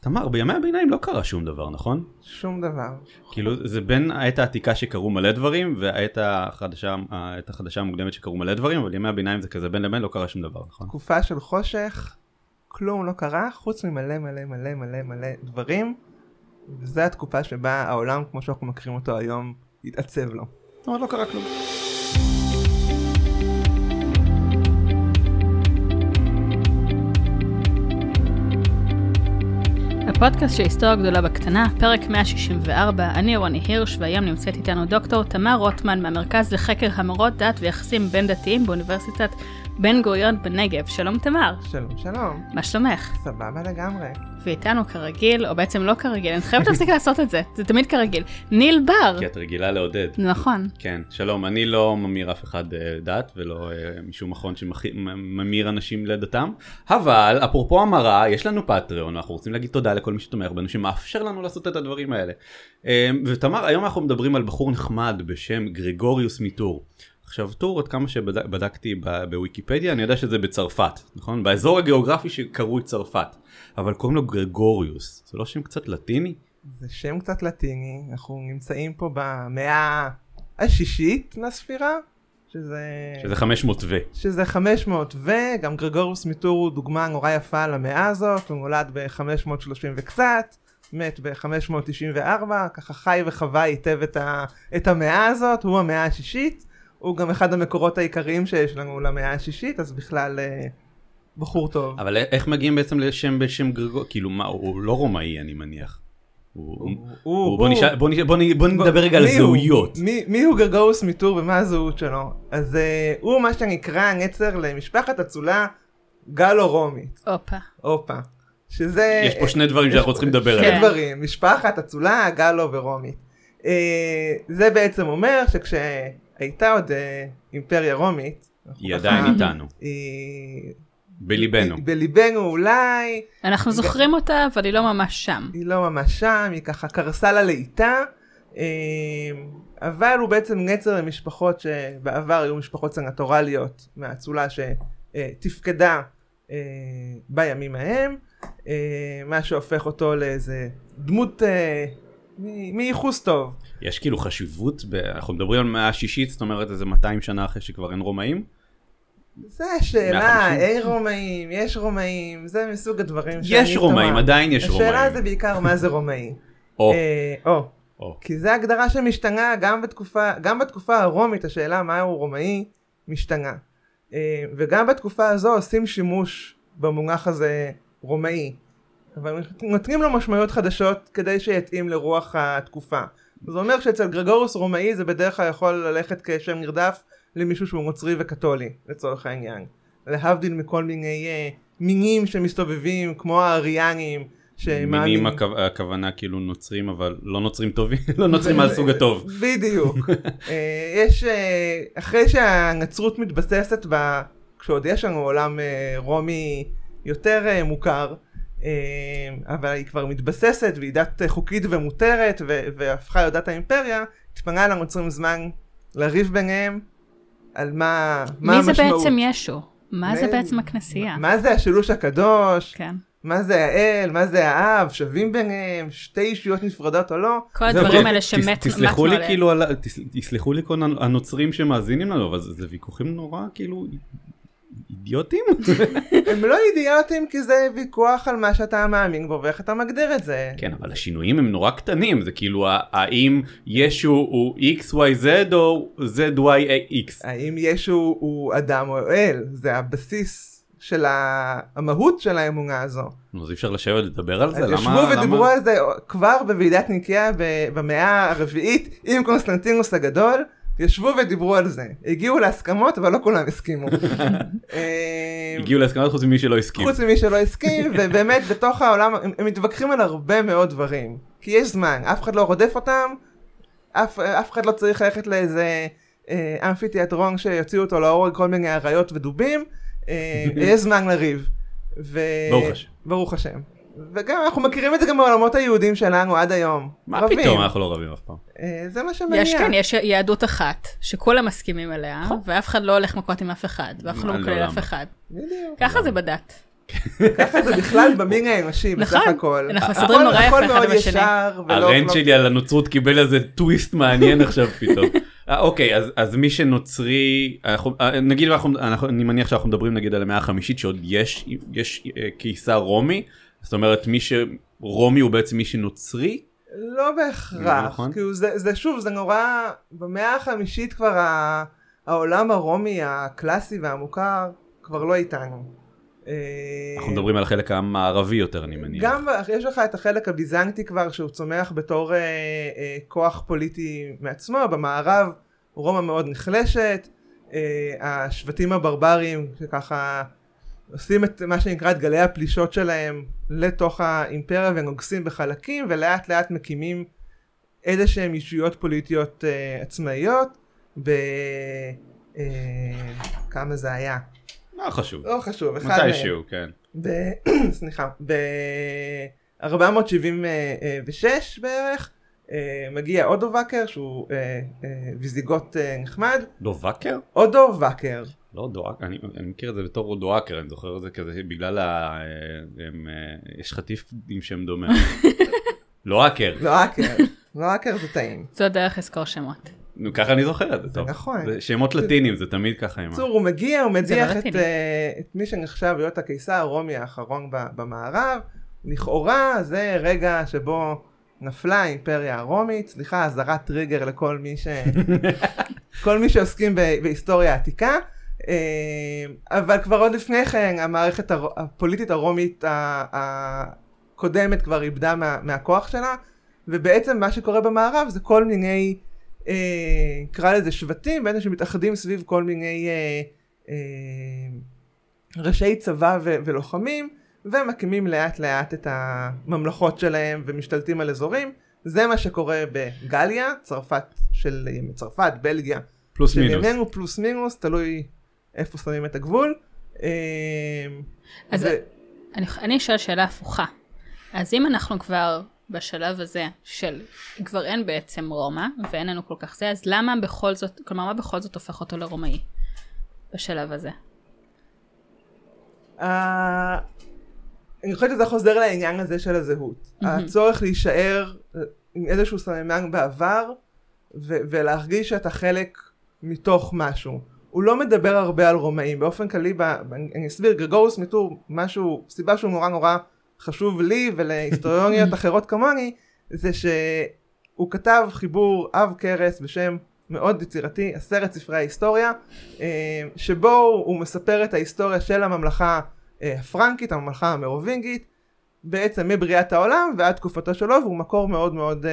תמר, בימי הביניים לא קרה שום דבר, נכון? שום דבר. כאילו, זה בין העת העתיקה שקרו מלא דברים, והעת החדשה המוקדמת שקרו מלא דברים, אבל ימי הביניים זה כזה בין לבין לא קרה שום דבר, נכון? תקופה של חושך, כלום לא קרה, חוץ ממלא מלא מלא מלא מלא דברים, וזו התקופה שבה העולם, כמו שאנחנו מכירים אותו היום, יתעצב לו. אבל לא קרה כלום. הפודקאסט של היסטוריה גדולה בקטנה, פרק 164, אני רוני הירש, והיום נמצאת איתנו דוקטור תמר רוטמן מהמרכז לחקר המורות דת ויחסים בין דתיים באוניברסיטת בן גוריון בנגב. שלום תמר. שלום, שלום. מה שלומך? סבבה לגמרי. ואיתנו כרגיל, או בעצם לא כרגיל, אני חייבת להפסיק לעשות את זה, זה תמיד כרגיל. ניל בר. כי את רגילה לעודד. נכון. כן, שלום, אני לא ממיר אף אחד דת, ולא משום מכון שממיר אנשים לדתם, אבל אפרופו המרה, יש לנו פטריון, אנחנו רוצים להגיד תודה לכל מי שתומך בנו, שמאפשר לנו לעשות את הדברים האלה. ותמר, היום אנחנו מדברים על בחור נחמד בשם גרגוריוס מטור. עכשיו, טור, עד כמה שבדקתי בוויקיפדיה, אני יודע שזה בצרפת, נכון? באזור הגיאוגרפי שקראו את צרפת. אבל קוראים לו גרגוריוס. זה לא שם קצת לטיני? זה שם קצת לטיני. אנחנו נמצאים פה במאה השישית לספירה, שזה 500 ו. שזה 500 ו. גם גרגוריוס מטור הוא דוגמה נורא יפה למאה הזאת. הוא נולד ב-530 וקצת, מת ב-594, ככה חי וחווה היטב את המאה הזאת. הוא המאה השישית. הוא גם אחד המקורות העיקריים שיש לנו למאה השישית, אז בכלל בחור טוב. אבל איך מגיעים בעצם לשם בשם גרגוריוס? כאילו מה, הוא לא רומאי אני מניח. בוא נדבר רגע על זהויות. מי הוא גרגוריוס מטור ומה הזהות שלו? אז הוא מה שנקרא נצר למשפחת אצולה גלו-רומית. אופה. שזה... יש פה שני דברים שאנחנו צריכים לדבר עליהם. שני דברים, משפחת אצולה, גלו ורומית. זה בעצם אומר הייתה עוד אימפריה רומית. היא עדיין איתנו. בליבנו. בליבנו אולי. אנחנו זוכרים אותה, אבל היא לא ממש שם. היא לא ממש שם, היא ככה קרסה לה לאיתה. אבל הוא בעצם נצר למשפחות שבעבר היו משפחות סנטורליות מהאצולה שתפקדה בימים ההם. מה שהופך אותו לאיזה דמות מייחוס טוב. יש כאילו חשיבות, אנחנו מדברים על מאה השישית, זאת אומרת איזה 200 שנה אחרי שכבר אין רומאים? זה השאלה, אין רומאים, יש רומאים, זה מסוג הדברים שאני יש רומאים, עדיין יש רומאים. השאלה זה בעיקר מה זה רומאי. כי זה הגדרה שמשתנה גם בתקופה הרומית, השאלה מהו רומאי משתנה. וגם בתקופה הזו עושים שימוש במונח הזה רומאי. אבל נותנים לו משמעויות חדשות כדי שיתאים לרוח התקופה. זה אומר שאצל גרגוריוס רומאי זה בדרך כלל יכול ללכת כשם נרדף למישהו שהוא נוצרי וקתולי, לצורך העניין. להבדיל מכל מיני מינים שמסתובבים, כמו האריאנים. מינים הכוונה כאילו נוצרים, אבל לא נוצרים טובים, לא נוצרים על סוג הטוב. בדיוק. יש, אחרי שהנצרות מתבססת כשעוד יש לנו עולם רומי יותר מוכר, אבל היא כבר מתבססת והיא דת חוקית ומותרת והפכה להיות האימפריה, התפנה לנוצרים זמן לריב ביניהם על מה המשמעות. מי זה בעצם ישו? מה זה בעצם הכנסייה? מה זה השילוש הקדוש? כן. מה זה האל? מה זה האב? שווים ביניהם? שתי אישיות נפרדות או לא? כל הדברים האלה שמתנו עליהם. תסלחו לי כל הנוצרים שמאזינים לנו, אבל זה ויכוחים נורא כאילו... אידיוטים? הם לא אידיוטים כי זה ויכוח על מה שאתה מאמין בו ואיך אתה מגדיר את זה. כן, אבל השינויים הם נורא קטנים, זה כאילו האם ישו הוא XYZ או ZYX? האם ישו הוא אדם או אל? זה הבסיס של המהות של האמונה הזו. אז אי אפשר לשבת לדבר על זה? אז ישבו ודיברו על זה כבר בוועידת ניקאה במאה הרביעית עם קונסטנטינוס הגדול. ישבו ודיברו על זה. הגיעו להסכמות, אבל לא כולם הסכימו. הגיעו להסכמות חוץ ממי שלא הסכים. חוץ ממי שלא הסכים, ובאמת בתוך העולם, הם מתווכחים על הרבה מאוד דברים. כי יש זמן, אף אחד לא רודף אותם, אף אחד לא צריך ללכת לאיזה אמפיתיאטרון שיוציאו אותו לאור כל מיני אריות ודובים. יש זמן לריב. ברוך השם. ברוך השם. וגם אנחנו מכירים את זה גם בעולמות היהודים שלנו עד היום. מה פתאום אנחנו לא רבים אף פעם? זה מה שמעניין. יש יהדות אחת שכולם מסכימים אליה, ואף אחד לא הולך מכות עם אף אחד, ואף אחד לא מקלל אף אחד. ככה זה בדת. ככה זה בכלל במין האנושי, בסך הכל. אנחנו מסתדרים נורא יפה אחד עם השני. הרנט שלי על הנוצרות קיבל איזה טוויסט מעניין עכשיו פתאום. אוקיי, אז מי שנוצרי, נגיד, אני מניח שאנחנו מדברים נגיד על המאה החמישית, שעוד יש קיסר רומי, זאת אומרת מי שרומי הוא בעצם מי שנוצרי? לא בהכרח, כאילו זה שוב, זה נורא, במאה החמישית כבר העולם הרומי הקלאסי והמוכר כבר לא איתנו. אנחנו מדברים על החלק המערבי יותר, אני מניח. גם יש לך את החלק הביזנטי כבר, שהוא צומח בתור כוח פוליטי מעצמו. במערב רומא מאוד נחלשת, השבטים הברברים שככה עושים את מה שנקרא את גלי הפלישות שלהם לתוך האימפריה ונוגסים בחלקים, ולאט לאט מקימים איזה שהם ישויות פוליטיות עצמאיות. כמה זה היה? לא חשוב. לא חשוב, אחד מתי שהוא, כן. סליחה, ב-476 בערך, מגיע אודו וקר, שהוא ויזיגוט נחמד. דו-וקר? אודו וקר. לא, אני מכיר את זה בתור אודו-וקר, אני זוכר את זה כזה, בגלל יש חטיף עם שם דומה. לא אקר. לא אקר, לא אקר זה טעים. זו דרך לזכור שמות. נו, ככה אני זוכר את זה, טוב. נכון. שמות לטינים, זה תמיד ככה. צור, הוא מגיע, הוא מדיח את מי שנחשב להיות הקיסר הרומי האחרון במערב. לכאורה זה רגע שבו נפלה האימפריה הרומית. סליחה, הזרת טריגר לכל מי שעוסקים בהיסטוריה העתיקה. אבל כבר עוד לפני כן המערכת הפוליטית הרומית הקודמת כבר איבדה מהכוח שלה. ובעצם מה שקורה במערב זה כל מיני קרא לזה שבטים, בין שמתאחדים סביב כל מיני ראשי צבא ולוחמים, ומקימים לאט לאט את הממלכות שלהם ומשתלטים על אזורים. זה מה שקורה בגליה, צרפת, בלגיה. פלוס מינוס. שלימינו פלוס מינוס, תלוי איפה שמים את הגבול. אז אני אשאל שאלה הפוכה. אז אם אנחנו כבר בשלב הזה של כבר אין בעצם רומא ואין לנו כל כך זה, אז למה בכל זאת, כלומר מה בכל זאת הופך אותו לרומאי בשלב הזה? אני חושבת שזה חוזר לעניין הזה של הזהות. הצורך להישאר עם איזשהו סממן בעבר ולהרגיש שאתה חלק מתוך משהו. הוא לא מדבר הרבה על רומאים. באופן כללי, אני אסביר, גרגוריוס מטור, סיבה שהוא נורא נורא חשוב לי ולהיסטוריוניות אחרות כמוני, זה שהוא כתב חיבור עב כרס בשם מאוד יצירתי, 10 ספרי ההיסטוריה, שבו הוא מספר את ההיסטוריה של הממלכה הפרנקית, הממלכה המרובינגית, בעצם מבריאת העולם ועד תקופתו שלו, והוא מקור מאוד מאוד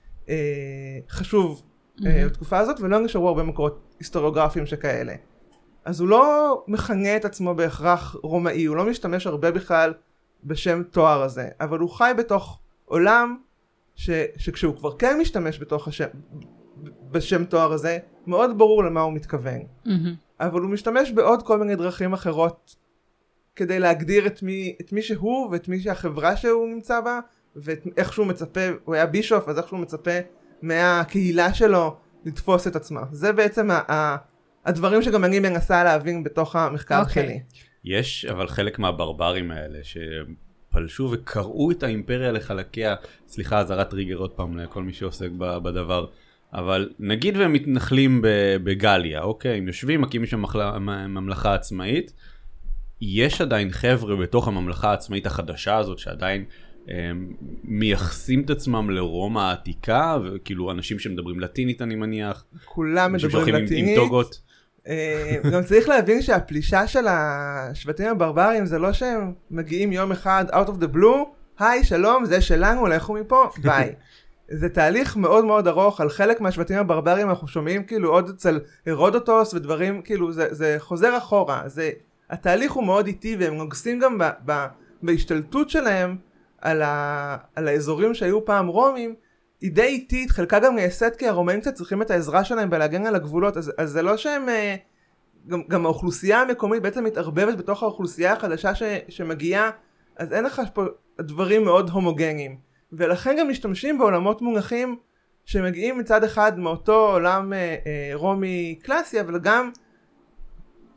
חשוב בתקופה הזאת, ולא נשארו הרבה מקורות היסטוריוגרפיים שכאלה. אז הוא לא מכנה את עצמו בהכרח רומאי, הוא לא משתמש הרבה בכלל בשם תואר הזה, אבל הוא חי בתוך עולם שכשהוא כבר כן משתמש בשם תואר הזה, מאוד ברור למה הוא מתכוון. אבל הוא משתמש בעוד כל מיני דרכים אחרות כדי להגדיר את מי שהוא ואת מי שהחברה שהוא נמצא בה, ואיך שהוא מצפה, הוא היה בישוף, אז איך שהוא מצפה מהקהילה שלו לתפוס את עצמה. זה בעצם הדברים שגם אני מנסה להבין בתוך המחקר שלי. יש אבל חלק מהברברים האלה שפלשו וקראו את האימפריה לחלקיה, סליחה, הזרת טריגר עוד פעם לכל מי שעוסק בדבר, אבל נגיד והם מתנחלים בגליה, אוקיי, הם יושבים, מקימים שם ממלכה עצמאית, יש עדיין חבר'ה בתוך הממלכה העצמאית החדשה הזאת שעדיין מייחסים את עצמם לרומא העתיקה, וכאילו אנשים שמדברים לטינית אני מניח, כולם מדברים לטינית, עם טוגות. גם צריך להבין שהפלישה של השבטים הברברים זה לא שהם מגיעים יום אחד out of the blue, היי שלום זה שלנו לכו מפה ביי. זה תהליך מאוד מאוד ארוך. על חלק מהשבטים הברברים אנחנו שומעים כאילו עוד אצל הרודוטוס ודברים, כאילו זה חוזר אחורה. התהליך הוא מאוד איטי, והם נוגסים גם בהשתלטות שלהם על האזורים שהיו פעם רומים, היא די איטית, חלקה גם נעשית כי הרומאים קצת צריכים את העזרה שלהם בלהגן על הגבולות, אז זה לא שהם, גם האוכלוסייה המקומית בעצם מתערבבת בתוך האוכלוסייה החדשה שמגיעה, אז אין לך פה דברים מאוד הומוגניים, ולכן גם משתמשים בעולמות מונחים שמגיעים מצד אחד מאותו עולם רומי קלאסי, אבל גם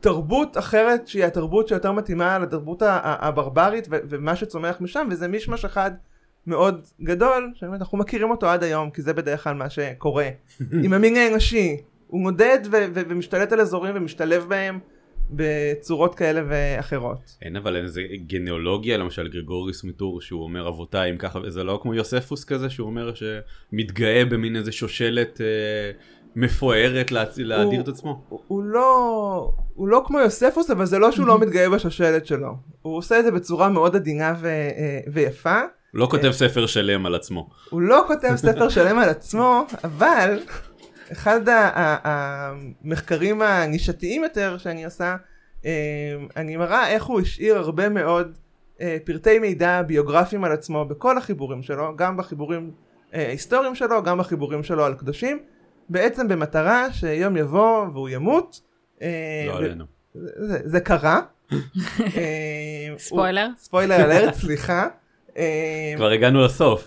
תרבות אחרת שהיא התרבות שיותר מתאימה לתרבות הברברית ומה שצומח משם, וזה מישמש אחד מאוד גדול, שבאמת אנחנו מכירים אותו עד היום, כי זה בדרך כלל מה שקורה. עם המין האנושי, הוא מודד ומשתלט על אזורים ומשתלב בהם בצורות כאלה ואחרות. אין, אבל אין איזה גנאולוגיה, למשל גרגוריוס מטור, שהוא אומר אבותיים ככה, זה לא כמו יוספוס כזה, שהוא אומר שמתגאה במין איזה שושלת מפוארת להדיר את עצמו. הוא לא כמו יוספוס, אבל זה לא שהוא לא מתגאה בשושלת שלו. הוא עושה את זה בצורה מאוד עדינה ויפה. הוא לא כותב ספר שלם על עצמו. הוא לא כותב ספר שלם על עצמו, אבל אחד המחקרים הנישתיים יותר שאני עושה, אני מראה איך הוא השאיר הרבה מאוד פרטי מידע ביוגרפיים על עצמו בכל החיבורים שלו, גם בחיבורים היסטוריים שלו, גם בחיבורים שלו על קדושים, בעצם במטרה שיום יבוא והוא ימות. לא עלינו. זה קרה. ספוילר. ספוילר אלרט, סליחה. כבר הגענו לסוף.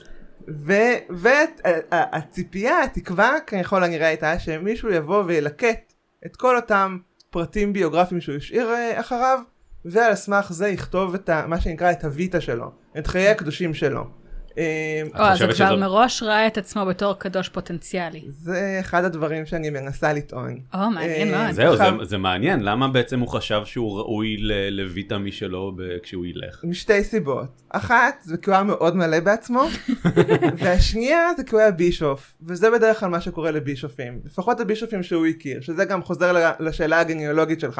והציפייה, התקווה, ככל הנראה הייתה שמישהו יבוא וילקט את כל אותם פרטים ביוגרפיים שהוא השאיר אחריו, ועל סמך זה יכתוב את מה שנקרא את הוויטה שלו, את חיי הקדושים שלו. אז הוא כבר מראש ראה את עצמו בתור קדוש פוטנציאלי. זה אחד הדברים שאני מנסה לטעון. מעניין מאוד. זהו, זה מעניין. למה בעצם הוא חשב שהוא ראוי לויטה משלו כשהוא ילך? משתי סיבות. אחת, זה כי הוא היה מאוד מלא בעצמו, והשנייה זה כי הוא היה בישוף, וזה בדרך כלל מה שקורה לבישופים. לפחות הבישופים שהוא הכיר, שזה גם חוזר לשאלה הגניאולוגית שלך.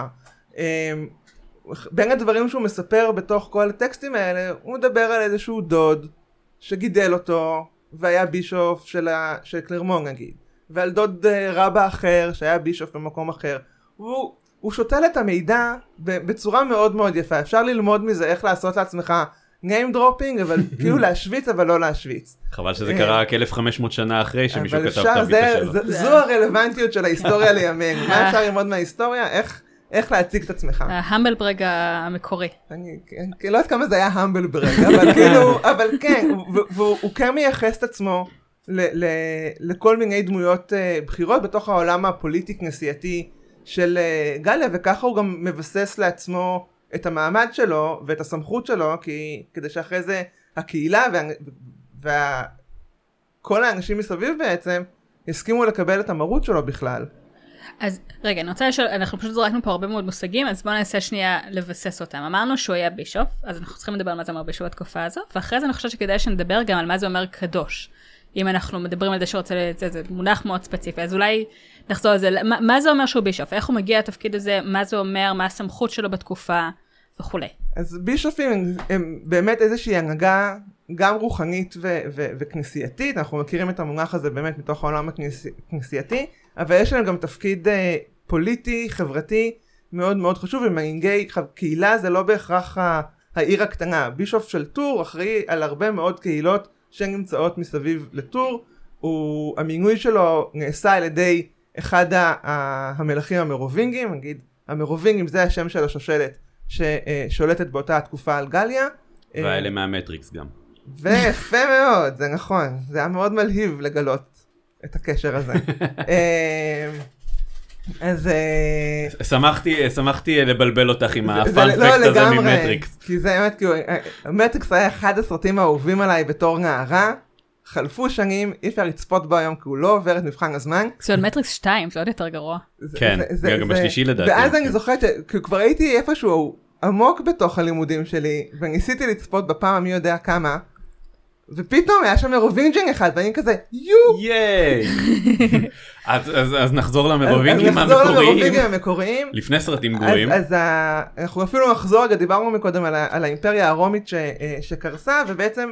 בין הדברים שהוא מספר בתוך כל הטקסטים האלה, הוא מדבר על איזשהו דוד, שגידל אותו, והיה בישוף של קלרמון נגיד, ועל דוד רבא אחר, שהיה בישוף במקום אחר. הוא שותל את המידע בצורה מאוד מאוד יפה. אפשר ללמוד מזה איך לעשות לעצמך name dropping, אבל כאילו להשוויץ, אבל לא להשוויץ. חבל שזה קרה רק 1500 שנה אחרי שמישהו כתב את הביטה שלו. זו הרלוונטיות של ההיסטוריה לימינו. מה אפשר ללמוד מההיסטוריה? איך להציג את עצמך. ההמבלברג המקורי. אני לא יודעת כמה זה היה המבלברג, אבל כן, והוא כן מייחס את עצמו לכל מיני דמויות בחירות בתוך העולם הפוליטי-כנסייתי של גליה, וככה הוא גם מבסס לעצמו את המעמד שלו ואת הסמכות שלו, כדי שאחרי זה הקהילה וכל האנשים מסביב בעצם הסכימו לקבל את המרות שלו בכלל. אז רגע, אני רוצה לשאול, אנחנו פשוט זרקנו פה הרבה מאוד מושגים, אז בואו ננסה שנייה לבסס אותם. אמרנו שהוא היה בישוף, אז אנחנו צריכים לדבר על מה זה אומר בישוף בתקופה הזו, ואחרי זה אני חושבת שכדאי שנדבר גם על מה זה אומר קדוש. אם אנחנו מדברים על זה שרוצה לצאת, זה מונח מאוד ספציפי, אז אולי נחזור על זה. מה זה אומר שהוא בישוף? איך הוא מגיע לתפקיד הזה? מה זה אומר? מה הסמכות שלו בתקופה? וכו'. אז בישופים הם באמת איזושהי הנהגה גם רוחנית וכנסייתית. אנחנו מכירים את המונח הזה באמת מתוך העולם הכנסייתי, אבל יש להם גם תפקיד פוליטי, חברתי, מאוד מאוד חשוב. ומנהיגי קהילה זה לא בהכרח העיר הקטנה. בישוף של טור אחראי על הרבה מאוד קהילות שנמצאות מסביב לטור. המינוי שלו נעשה על ידי אחד המלכים המרובינגים, נגיד המרובינגים זה השם של השושלת ששולטת באותה התקופה על גליה. והאלה מהמטריקס גם. ויפה מאוד, זה נכון. זה היה מאוד מלהיב לגלות את הקשר הזה. אז שמחתי לבלבל אותך עם הפאנפקט הזה ממטריקס. כי זה באמת, מטריקס היה אחד הסרטים האהובים עליי בתור נערה. חלפו שנים, אי אפשר לצפות בו היום כי הוא לא עובר את מבחן הזמן. זה מטריקס 2, זה עוד יותר גרוע. כן, גם בשלישי לדעתי. ואז אני זוכרת שכבר הייתי איפשהו עמוק בתוך הלימודים שלי, וניסיתי לצפות בפעם מי יודע כמה, ופתאום היה שם מרובינג'ינג אחד, ואני כזה, ייי! אז נחזור למרובינגים המקוריים. לפני סרטים גרועים. אז אנחנו אפילו נחזור רגע, דיברנו מקודם על האימפריה הרומית שקרסה, ובעצם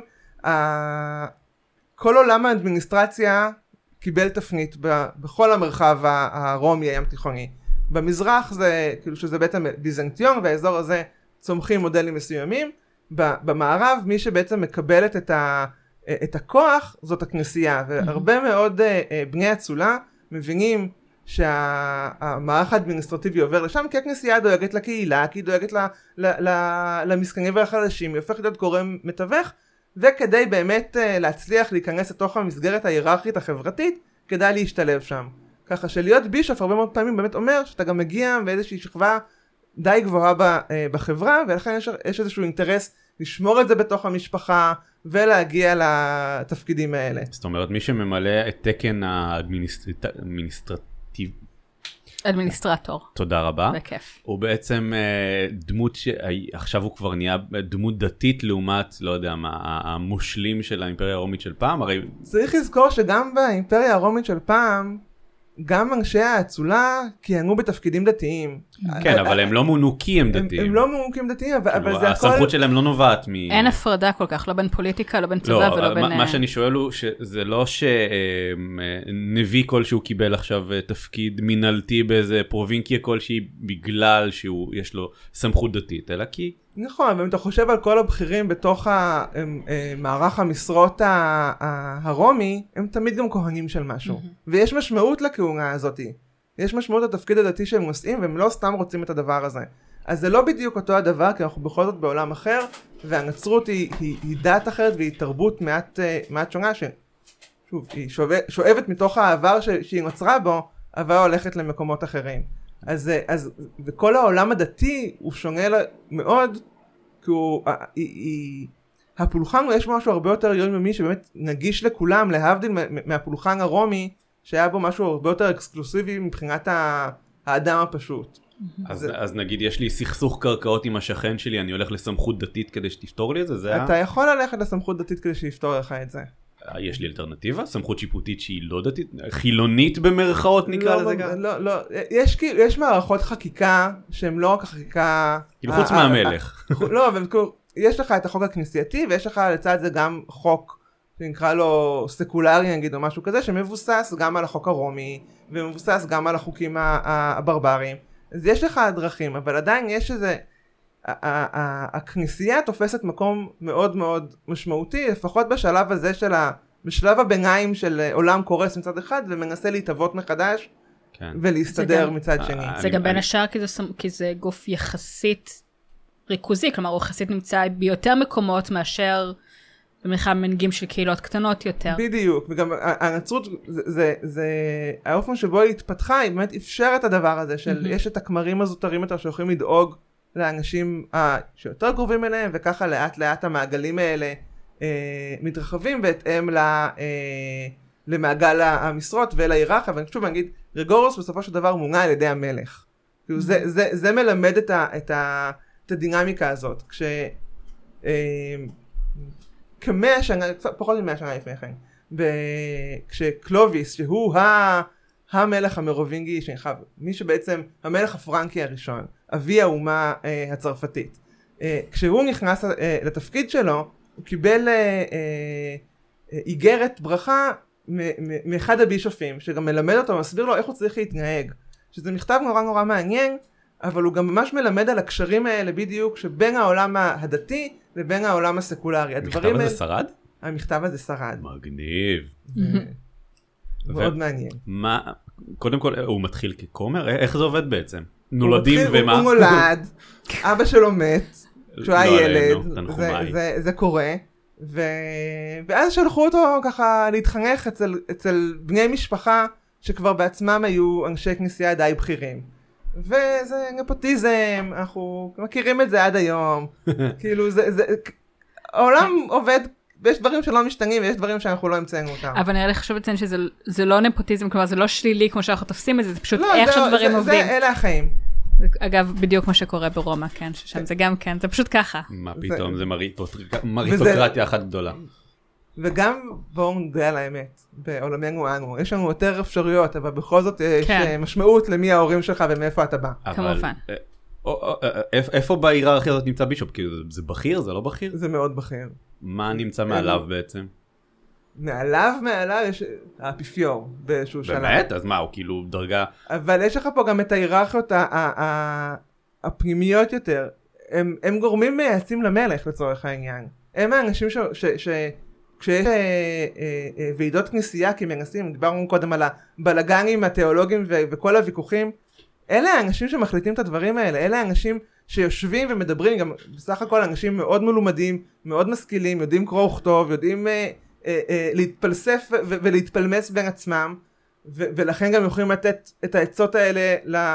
כל עולם האדמיניסטרציה קיבל תפנית בכל המרחב הרומי הים תיכוני. במזרח זה כאילו שזה בעצם ביזנטיון, והאזור הזה צומחים מודלים מסוימים. במערב מי שבעצם מקבלת את הכוח זאת הכנסייה, והרבה מאוד בני אצולה מבינים שהמערך האדמיניסטרטיבי עובר לשם, כי הכנסייה דואגת לקהילה, כי היא דואגת למסכנים והחלשים, היא הופכת להיות גורם מתווך, וכדי באמת להצליח להיכנס לתוך המסגרת ההיררכית החברתית, כדאי להשתלב שם. ככה שלהיות בישוף הרבה מאוד פעמים באמת אומר שאתה גם מגיע באיזושהי שכבה די גבוהה בחברה, ולכן יש איזשהו אינטרס לשמור את זה בתוך המשפחה, ולהגיע לתפקידים האלה. זאת אומרת, מי שממלא את תקן אדמיניסטרטור. תודה רבה. בכיף. הוא בעצם דמות עכשיו הוא כבר נהיה דמות דתית לעומת, לא יודע מה, המושלים של האימפריה הרומית של פעם. הרי צריך לזכור שגם באימפריה הרומית של פעם, גם אנשי האצולה כיהנו בתפקידים דתיים. כן, אבל הם לא מונו כי הם דתיים. הם לא מונו כי הם דתיים, אבל זה הכל... הסמכות שלהם לא נובעת מ... אין הפרדה כל כך, לא בין פוליטיקה, לא בין צבא ולא בין... מה שאני שואל הוא שזה לא שנביא כלשהו קיבל עכשיו תפקיד מנהלתי באיזה פרובינקיה כלשהי בגלל שיש לו סמכות דתית, אלא כי... נכון, ואם אתה חושב על כל הבכירים בתוך מערך המשרות הרומי, הם תמיד גם כהנים של משהו. ויש משמעות לכהונה הזאת. יש משמעות לתפקיד הדתי שהם נושאים, והם לא סתם רוצים את הדבר הזה. אז זה לא בדיוק אותו הדבר, כי אנחנו בכל זאת בעולם אחר, והנצרות היא דת אחרת, והיא תרבות מעט שונה, ששוב, היא שואבת מתוך העבר שהיא נוצרה בו, אבל הולכת למקומות אחרים. אז וכל העולם הדתי הוא שונה מאוד, כי הפולחן יש משהו הרבה יותר יומיומי שבאמת נגיש לכולם, להבדיל מהפולחן הרומי, שהיה בו משהו הרבה יותר אקסקלוסיבי מבחינת האדם הפשוט. אז נגיד יש לי סכסוך קרקעות עם השכן שלי, אני הולך לסמכות דתית כדי שתפתור לי את זה? אתה יכול ללכת לסמכות דתית כדי שיפתור לך את זה. יש לי אלטרנטיבה? סמכות שיפוטית שהיא לא דתית? חילונית במרכאות נקרא לזה גם? לא, יש מערכות חקיקה שהן לא רק החקיקה... כאילו חוץ מהמלך. לא, אבל יש לך את החוק הכנסייתי, ויש לך לצד זה גם חוק שנקרא לו סקולרי נגיד או משהו כזה, שמבוסס גם על החוק הרומי, ומבוסס גם על החוקים הברברים. אז יש לך דרכים, אבל עדיין יש איזה... הכנסייה תופסת מקום מאוד מאוד משמעותי, לפחות בשלב הזה בשלב הביניים של עולם קורס מצד אחד, ומנסה להתאבות מחדש, ולהסתדר מצד שני. זה גם בין השאר כי זה גוף יחסית ריכוזי, כלומר הוא יחסית נמצא ביותר מקומות מאשר במרחב מנהיגים של קהילות קטנות יותר. בדיוק, וגם הנצרות, זה האופן שבו היא התפתחה, היא באמת אפשר את הדבר הזה, של יש את הכמרים הזוטרים יותר שיכולים לדאוג לאנשים שיותר קרובים אליהם, וככה לאט לאט המעגלים האלה מתרחבים בהתאם למעגל המשרות ולהיררכיה. ואני חושב להגיד, גרגוריוס בסופו של דבר מונה על ידי המלך. זה מלמד את הדינמיקה הזאת. כמאה שנה, פחות מ100 שנה לפני כן, כשקלוביס, שהוא המלך המרובינגי, מי שבעצם המלך הפרנקי הראשון, אבי האומה הצרפתית. כשהוא נכנס לתפקיד שלו, הוא קיבל איגרת ברכה מאחד הבישופים, שגם מלמד אותו, מסביר לו איך הוא צריך להתנהג. שזה מכתב נורא נורא מעניין, אבל הוא גם ממש מלמד על הקשרים האלה בדיוק, שבין העולם הדתי לבין העולם הסקולרי. המכתב הזה שרד? המכתב הזה שרד. מגניב. מאוד מעניין. קודם כל, הוא מתחיל ככומר? איך זה עובד בעצם? נולדים ומה? הוא נולד, אבא שלו מת, כשהוא היה ילד, זה קורה, ואז שלחו אותו ככה להתחנך אצל בני משפחה, שכבר בעצמם היו אנשי כנסייה די בכירים. וזה נפוטיזם, אנחנו מכירים את זה עד היום, כאילו העולם עובד, ויש דברים שלא משתנים, ויש דברים שאנחנו לא המצאנו אותם. אבל אני חושב לציין שזה לא נפוטיזם, כלומר זה לא שלילי כמו שאנחנו תופסים את זה, זה פשוט איך שדברים עובדים. אלה החיים. אגב, בדיוק מה שקורה ברומא, כן, ששם זה גם כן, זה פשוט ככה. מה פתאום, זה מריטוקרטיה אחת גדולה. וגם בואו נדע על האמת, בעולמנו אנו, יש לנו יותר אפשרויות, אבל בכל זאת יש משמעות למי ההורים שלך ומאיפה אתה בא. כמובן. איפה בהיררכיה הזאת נמצא בישופ? זה בכיר? זה לא בכיר? זה מאוד בכיר. מה נמצא מעליו בעצם? מעליו יש האפיפיור באיזשהו שלב. באמת? אז מה, הוא כאילו דרגה... אבל יש לך פה גם את ההיררכיות הפנימיות יותר. הם גורמים מייעצים למלך לצורך העניין. הם האנשים כשיש ועידות כנסייה כמנסים, דיברנו קודם על הבלגנים התיאולוגיים וכל הוויכוחים, אלה האנשים שמחליטים את הדברים האלה, אלה האנשים שיושבים ומדברים, גם בסך הכל אנשים מאוד מלומדים, מאוד משכילים, יודעים קרוא וכתוב, יודעים להתפלסף ולהתפלמס בין עצמם, ולכן גם יכולים לתת את העצות האלה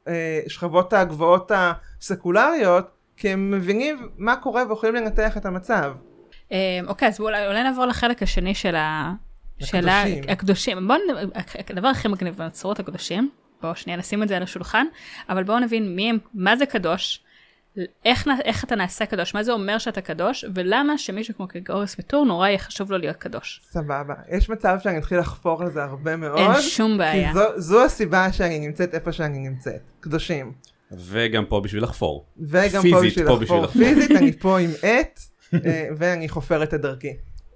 השכבות הגבוהות הסקולריות, כי הם מבינים מה קורה ויכולים לנתח את המצב. אוקיי, אז אולי נעבור לחלק השני של הקדושים. הדבר הכי מגניב בנצרות הקדושים, בואו שנייה נשים את זה על השולחן, אבל בואו נבין מה זה קדוש, איך אתה נעשה קדוש, מה זה אומר שאתה קדוש, ולמה שמישהו כמו גרגוריוס מטור נורא יהיה חשוב לו להיות קדוש. סבבה. יש מצב שאני אתחיל לחפור על זה הרבה מאוד. אין שום בעיה. כי זו הסיבה שאני נמצאת איפה שאני נמצאת. קדושים. וגם פה בשביל לחפור. וגם פה בשביל לחפור. פיזית, אני פה עם עט, ואני חופרת את דרכי.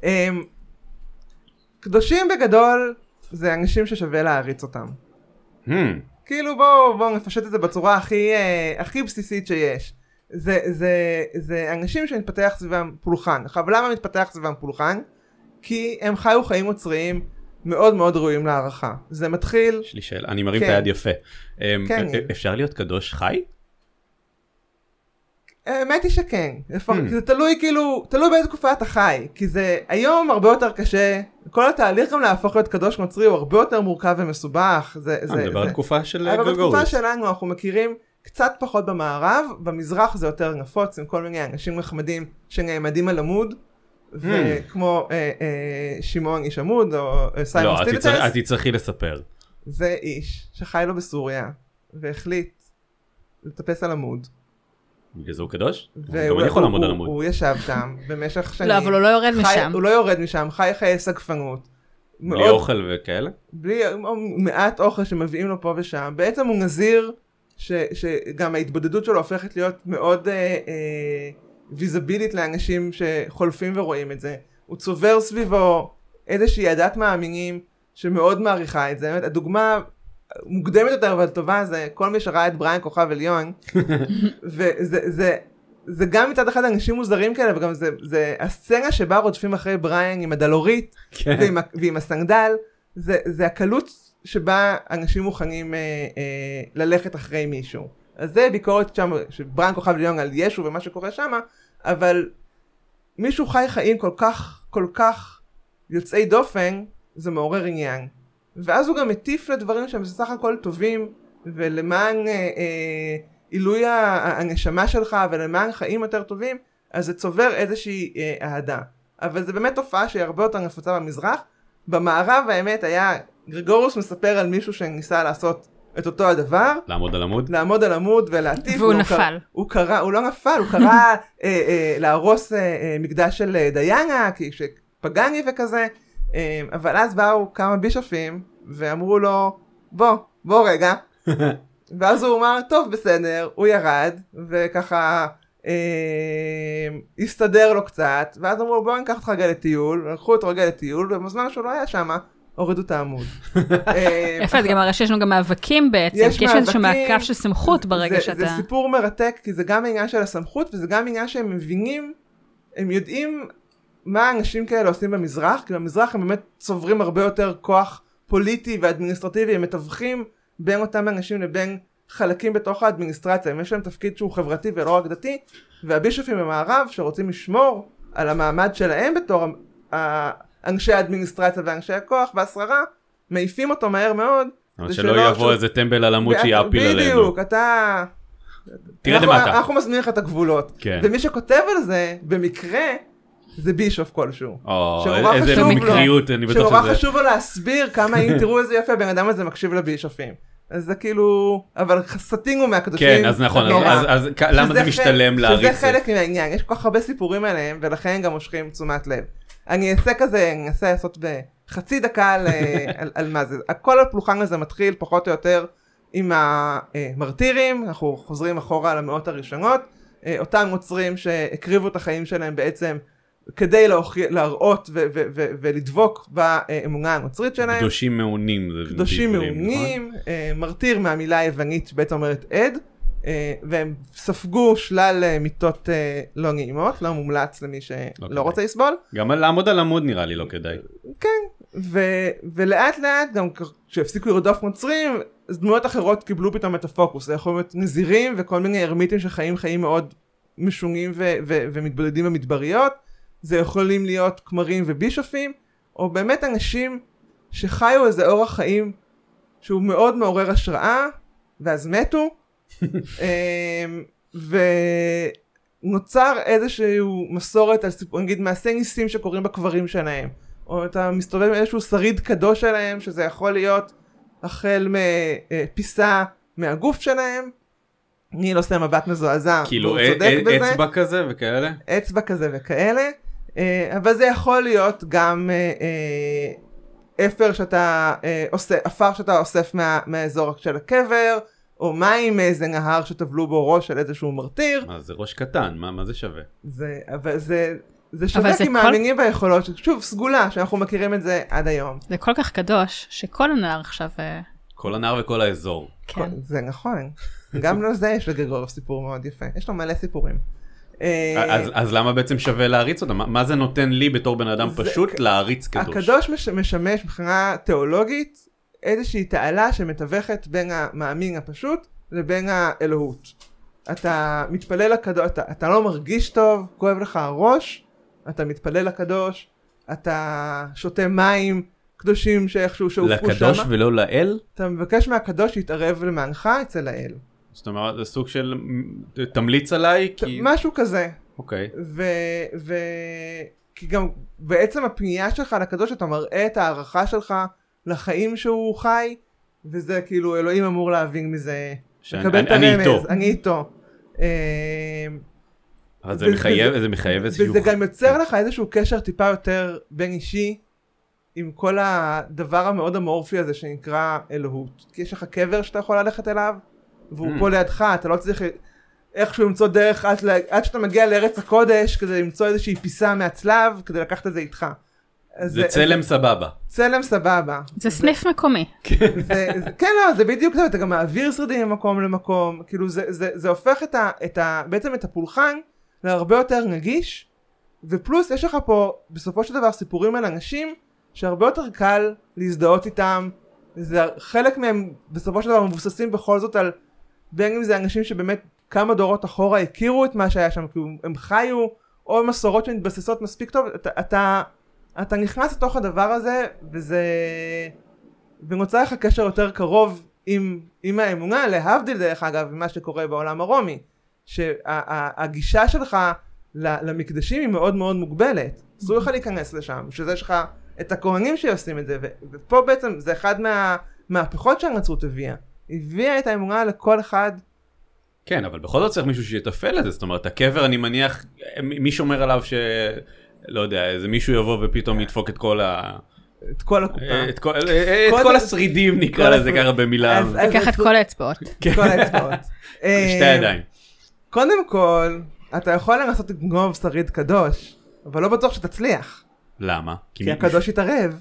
קדושים בגדול, זה אנשים ששווה להריץ אותם. כאילו בואו נפשט את זה בצורה הכי בסיסית שיש. זה אנשים שמתפתח סביבם פולחן. עכשיו, למה מתפתח סביבם פולחן? כי הם חיו חיים נוצריים מאוד מאוד ראויים להערכה. זה מתחיל... יש לי שאלה, אני מרים את היד יפה. אפשר להיות קדוש חי? האמת היא שכן. זה תלוי באיזה תקופה אתה חי. כי זה היום הרבה יותר קשה. כל התהליך גם להפוך להיות קדוש נוצרי הוא הרבה יותר מורכב ומסובך. אני מדבר על תקופה של גרגוריוס. אבל בתקופה גרגוריוס. שלנו אנחנו מכירים קצת פחות במערב. במזרח זה יותר נפוץ עם כל מיני אנשים נחמדים שנעמדים על עמוד. וכמו שמעון איש עמוד או סיימון סטילטס. לא, את תצטרכי לספר. זה איש שחי לו בסוריה והחליט לטפס על עמוד. בגלל זה הוא קדוש? גם אני יכול לעמוד על עמוד. הוא ישב שם במשך שנים. לא, אבל הוא לא יורד משם. הוא לא יורד משם, חי חיי סגפנות. בלי אוכל וכאלה? בלי מעט אוכל שמביאים לו פה ושם. בעצם הוא נזיר שגם ההתבודדות שלו הופכת להיות מאוד ויזבילית לאנשים שחולפים ורואים את זה. הוא צובר סביבו איזושהי עדת מאמינים שמאוד מעריכה את זה. הדוגמה מוקדמת יותר אבל טובה זה כל מי שראה את בריין כוכב עליון. וזה גם מצד אחד אנשים מוזרים כאלה, וגם זה הסצנה שבה רודפים אחרי בריין עם הדלורית ועם הסנדל. זה הקלות שבה אנשים מוכנים ללכת אחרי מישהו. אז זה ביקורת שם, שבריין כוכב עליון על ישו ומה שקורה שם, אבל מישהו חי חיים כל כך יוצאי דופן, זה מעורר עניין. ואז הוא גם מטיף לדברים שהם בסך הכל טובים, ולמען עילוי הנשמה שלך, ולמען חיים יותר טובים, אז זה צובר איזושהי אהדה. אבל זה באמת תופעה שהיא הרבה יותר נפוצה במזרח. במערב האמת היה, גרגוריוס מספר על מישהו שניסה לעשות את אותו הדבר. לעמוד על עמוד? לעמוד על עמוד ולהטיף. והוא נפל. הוא לא נפל, הוא קרא להרוס מקדש של דיאנה, פגני וכזה. אבל אז באו כמה בישופים ואמרו לו בוא רגע. ואז הוא אמר טוב בסדר, הוא ירד וככה הסתדר לו קצת, ואז אמרו לו בוא ניקח אותך רגע לטיול, לקחו אותו רגע לטיול, ובזמן שהוא לא היה שם הורידו את העמוד. יפה, זה גם הרי שיש לנו גם מאבקים בעצם, כי יש איזשהו מעקף של סמכות ברגע שאתה... זה סיפור מרתק, כי זה גם העניין של הסמכות, וזה גם העניין שהם מבינים, הם יודעים מה האנשים כאלה עושים במזרח, כי במזרח הם באמת צוברים הרבה יותר כוח פוליטי ואדמיניסטרטיבי, הם מתווכים בין אותם אנשים לבין חלקים בתוך האדמיניסטרציה, יש להם תפקיד שהוא חברתי ולא רק דתי, והבישופים במערב שרוצים לשמור על המעמד שלהם בתור אנשי האדמיניסטרציה ואנשי הכוח והשררה, מעיפים אותו מהר מאוד. אבל שלא יבוא איזה טמבל על עמוד שיעפיל עלינו. בדיוק, אתה... תראה למטה. אנחנו מסמין לך את הגבולות. ומי שכותב על זה, במקרה, זה בישוף כלשהו. איזה מקריות, אני בטוח שזה... שנורא חשוב לו להסביר כמה, אם תראו איזה יפה, בן אדם הזה מקשיב לבישופים. אז זה כאילו, אבל סטינו מהקדושים. כן, אז נכון, אז למה זה משתלם להריץ? שזה חלק מהעניין, יש כל כך הרבה סיפורים עליהם, ולכן גם מושכים תשומת לב. אני אנסה לעשות בחצי דקה על מה זה. כל הפלוחן הזה מתחיל פחות או יותר עם המרטירים, אנחנו חוזרים אחורה למאות הראשונות, אותם נוצרים שהקריבו את החיים שלהם בעצם כדי להראות ולדבוק באמונה הנוצרית שלהם. קדושים מעונים. קדושים מעונים, מרטיר מהמילה היוונית שבעצם אומרת עד, והם ספגו שלל מיטות לא נעימות, לא מומלץ למי שלא רוצה לסבול. גם לעמוד על עמוד נראה לי לא כדאי. כן, ולאט לאט גם כשהפסיקו לרדוף נוצרים, אז דמויות אחרות קיבלו פתאום את הפוקוס. זה יכול להיות נזירים וכל מיני הרמיטים שחיים חיים מאוד משונים ומתבודדים במדבריות. זה יכולים להיות כמרים ובישופים, או באמת אנשים שחיו איזה אורח חיים שהוא מאוד מעורר השראה, ואז מתו, ונוצר איזשהו מסורת על סיפור, נגיד מעשי ניסים שקורים בקברים שלהם, או אתה מסתובב עם איזשהו שריד קדוש שלהם, שזה יכול להיות החל מפיסה מהגוף שלהם, אני לא עושה מבט מזועזע, כאילו אצבע כזה וכאלה? אצבע כזה וכאלה, אבל זה יכול להיות גם אפר שאתה אפר שאתה אוסף מהאזור של הקבר, או מים מאיזה נהר שטבלו בו ראש של איזשהו מרתיר. זה ראש קטן, מה זה שווה? אבל זה שווה כי מאמינים ביכולות, שוב, סגולה, שאנחנו מכירים את זה עד היום. זה כל כך קדוש, שכל הנער עכשיו... כל הנער וכל האזור. כן. זה נכון. גם לא זה יש לגרגורוב סיפור מאוד יפה. יש לו מלא סיפורים. אז למה בעצם שווה להריץ אותם? מה זה נותן לי בתור בן אדם פשוט להריץ קדוש? הקדוש משמש מבחינה תיאולוגית איזושהי תעלה שמתווכת בין המאמין הפשוט לבין האלוהות. אתה מתפלל לקדוש, אתה לא מרגיש טוב, כואב לך הראש, אתה מתפלל לקדוש, אתה שותה מים קדושים שאיכשהו שהופקו שמה. לקדוש ולא לאל? אתה מבקש מהקדוש להתערב למענך אצל האל. זאת אומרת, זה סוג של תמליץ עליי? משהו כזה. אוקיי. כי גם בעצם הפנייה שלך לקדוש, אתה מראה את הערכה שלך לחיים שהוא חי, וזה כאילו אלוהים אמור להבין מזה. אני איתו. אני איתו. אבל זה מחייב איזשהו... וזה גם יוצר לך איזשהו קשר טיפה יותר בין אישי, עם כל הדבר המאוד אמורפי הזה שנקרא אלוהות. כי יש לך קבר שאתה יכול ללכת אליו, והוא פה לידך, אתה לא צריך איכשהו למצוא דרך עד שאתה מגיע לארץ הקודש, כדי למצוא איזושהי פיסה מהצלב, כדי לקחת את זה איתך. זה צלם סבבה. צלם סבבה. זה סניף מקומי. כן, לא, זה בדיוק זה, אתה גם מעביר שרידים ממקום למקום, כאילו זה הופך בעצם את הפולחן להרבה יותר נגיש, ופלוס יש לך פה בסופו של דבר סיפורים על אנשים, שהרבה יותר קל להזדהות איתם, חלק מהם בסופו של דבר מבוססים בכל זאת על, בין אם זה אנשים שבאמת כמה דורות אחורה הכירו את מה שהיה שם, כי הם חיו, או מסורות שמתבססות מספיק טוב, אתה נכנס לתוך הדבר הזה, ונוצר לך קשר יותר קרוב עם האמונה, להבדיל דרך אגב, ממה שקורה בעולם הרומי, שהגישה שלך למקדשים היא מאוד מאוד מוגבלת, אסור לך להיכנס לשם, שזה שלך את הכהנים שעושים את זה, ופה בעצם זה אחד מהמהפכות שהנצרות הביאה את האמונה לכל אחד. כן, אבל בכל זאת צריך מישהו שיתפעל את זה, זאת אומרת, הקבר אני מניח, מי שומר עליו לא יודע, איזה מישהו יבוא ופתאום ידפוק את כל את כל הקופה. את כל השרידים נקרא לזה ככה במילה. לקח את כל האצבעות. כל האצבעות. שתי ידיים. קודם כל, אתה יכול לנסות לגנוב שריד קדוש, אבל לא בטוח שתצליח. למה? כי הקדוש יתערב.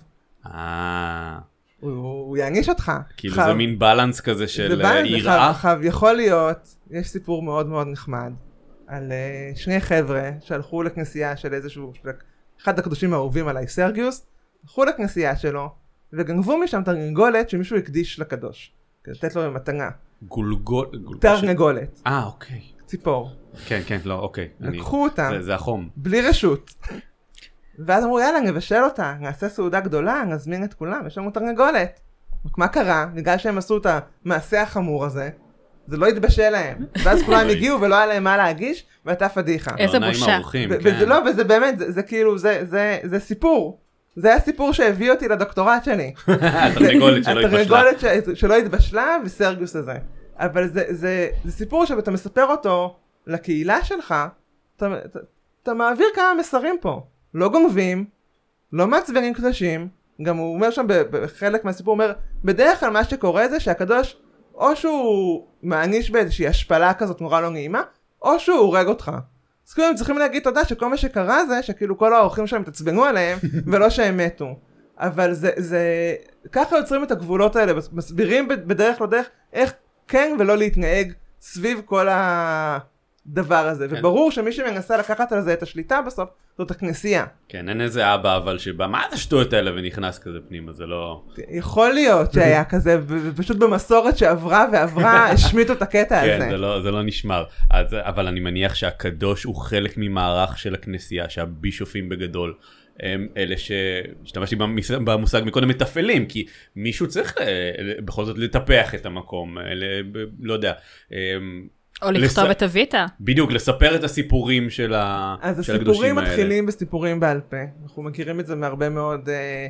הוא יעניש אותך. כאילו זה מין בלנס כזה של יראה. יכול להיות, יש סיפור מאוד מאוד נחמד, על שני חבר'ה שהלכו לכנסייה של איזשהו, אחד הקדושים האהובים עליי, סרגיוס, הלכו לכנסייה שלו, וגנבו משם תרנגולת שמישהו הקדיש לקדוש, כדי לתת לו במתנה. תרנגולת. אוקיי. ציפור. כן, כן, לא, אוקיי. לקחו אותם. זה החום. בלי רשות. ואז אמרו, יאללה, נבשל אותה, נעשה סעודה גדולה, נזמין את כולם, יש לנו תרנגולת. מה קרה? בגלל שהם עשו את המעשה החמור הזה, זה לא התבשל להם. ואז כולם הגיעו ולא היה להם מה להגיש, והייתה פדיחה. איזה בושה. וזה לא, וזה באמת, זה כאילו, זה סיפור. זה הסיפור שהביא אותי לדוקטורט שלי. התרנגולת שלא התבשלה. התרנגולת שלא התבשלה וסרגיוס הזה. אבל זה סיפור שאתה מספר אותו לקהילה שלך, אתה מעביר כמה מסרים פה. לא גונבים, לא מעצבנים קדושים, גם הוא אומר שם בחלק מהסיפור, אומר, בדרך כלל מה שקורה זה שהקדוש, או שהוא מעניש באיזושהי השפלה כזאת נורא לא נעימה, או שהוא הורג אותך. אז כאילו הם צריכים להגיד תודה שכל מה שקרה זה, שכאילו כל האורחים שלהם תצבנו עליהם, ולא שהם מתו. אבל זה, ככה יוצרים את הגבולות האלה, מסבירים בדרך לא דרך, איך כן ולא להתנהג סביב כל הדבר הזה. כן. וברור שמי שמנסה לקחת על זה את השליטה בסוף, זאת הכנסייה. כן, אין איזה אבא אבל שבא, מה זה שטויות האלה ונכנס כזה פנימה, זה לא... יכול להיות שהיה כזה, ופשוט במסורת שעברה ועברה, השמיטו את הקטע הזה. כן, זה לא נשמר. אבל אני מניח שהקדוש הוא חלק ממערך של הכנסייה, שהבישופים בגדול הם אלה שהשתמשתי במושג מקודם מתפעלים, כי מישהו צריך בכל זאת לטפח את המקום, לא יודע. או לכתוב את הויטה. בדיוק, לספר את הסיפורים של הקדושים האלה. אז הסיפורים מתחילים בסיפורים בעל פה. אנחנו מכירים את זה מהרבה מאוד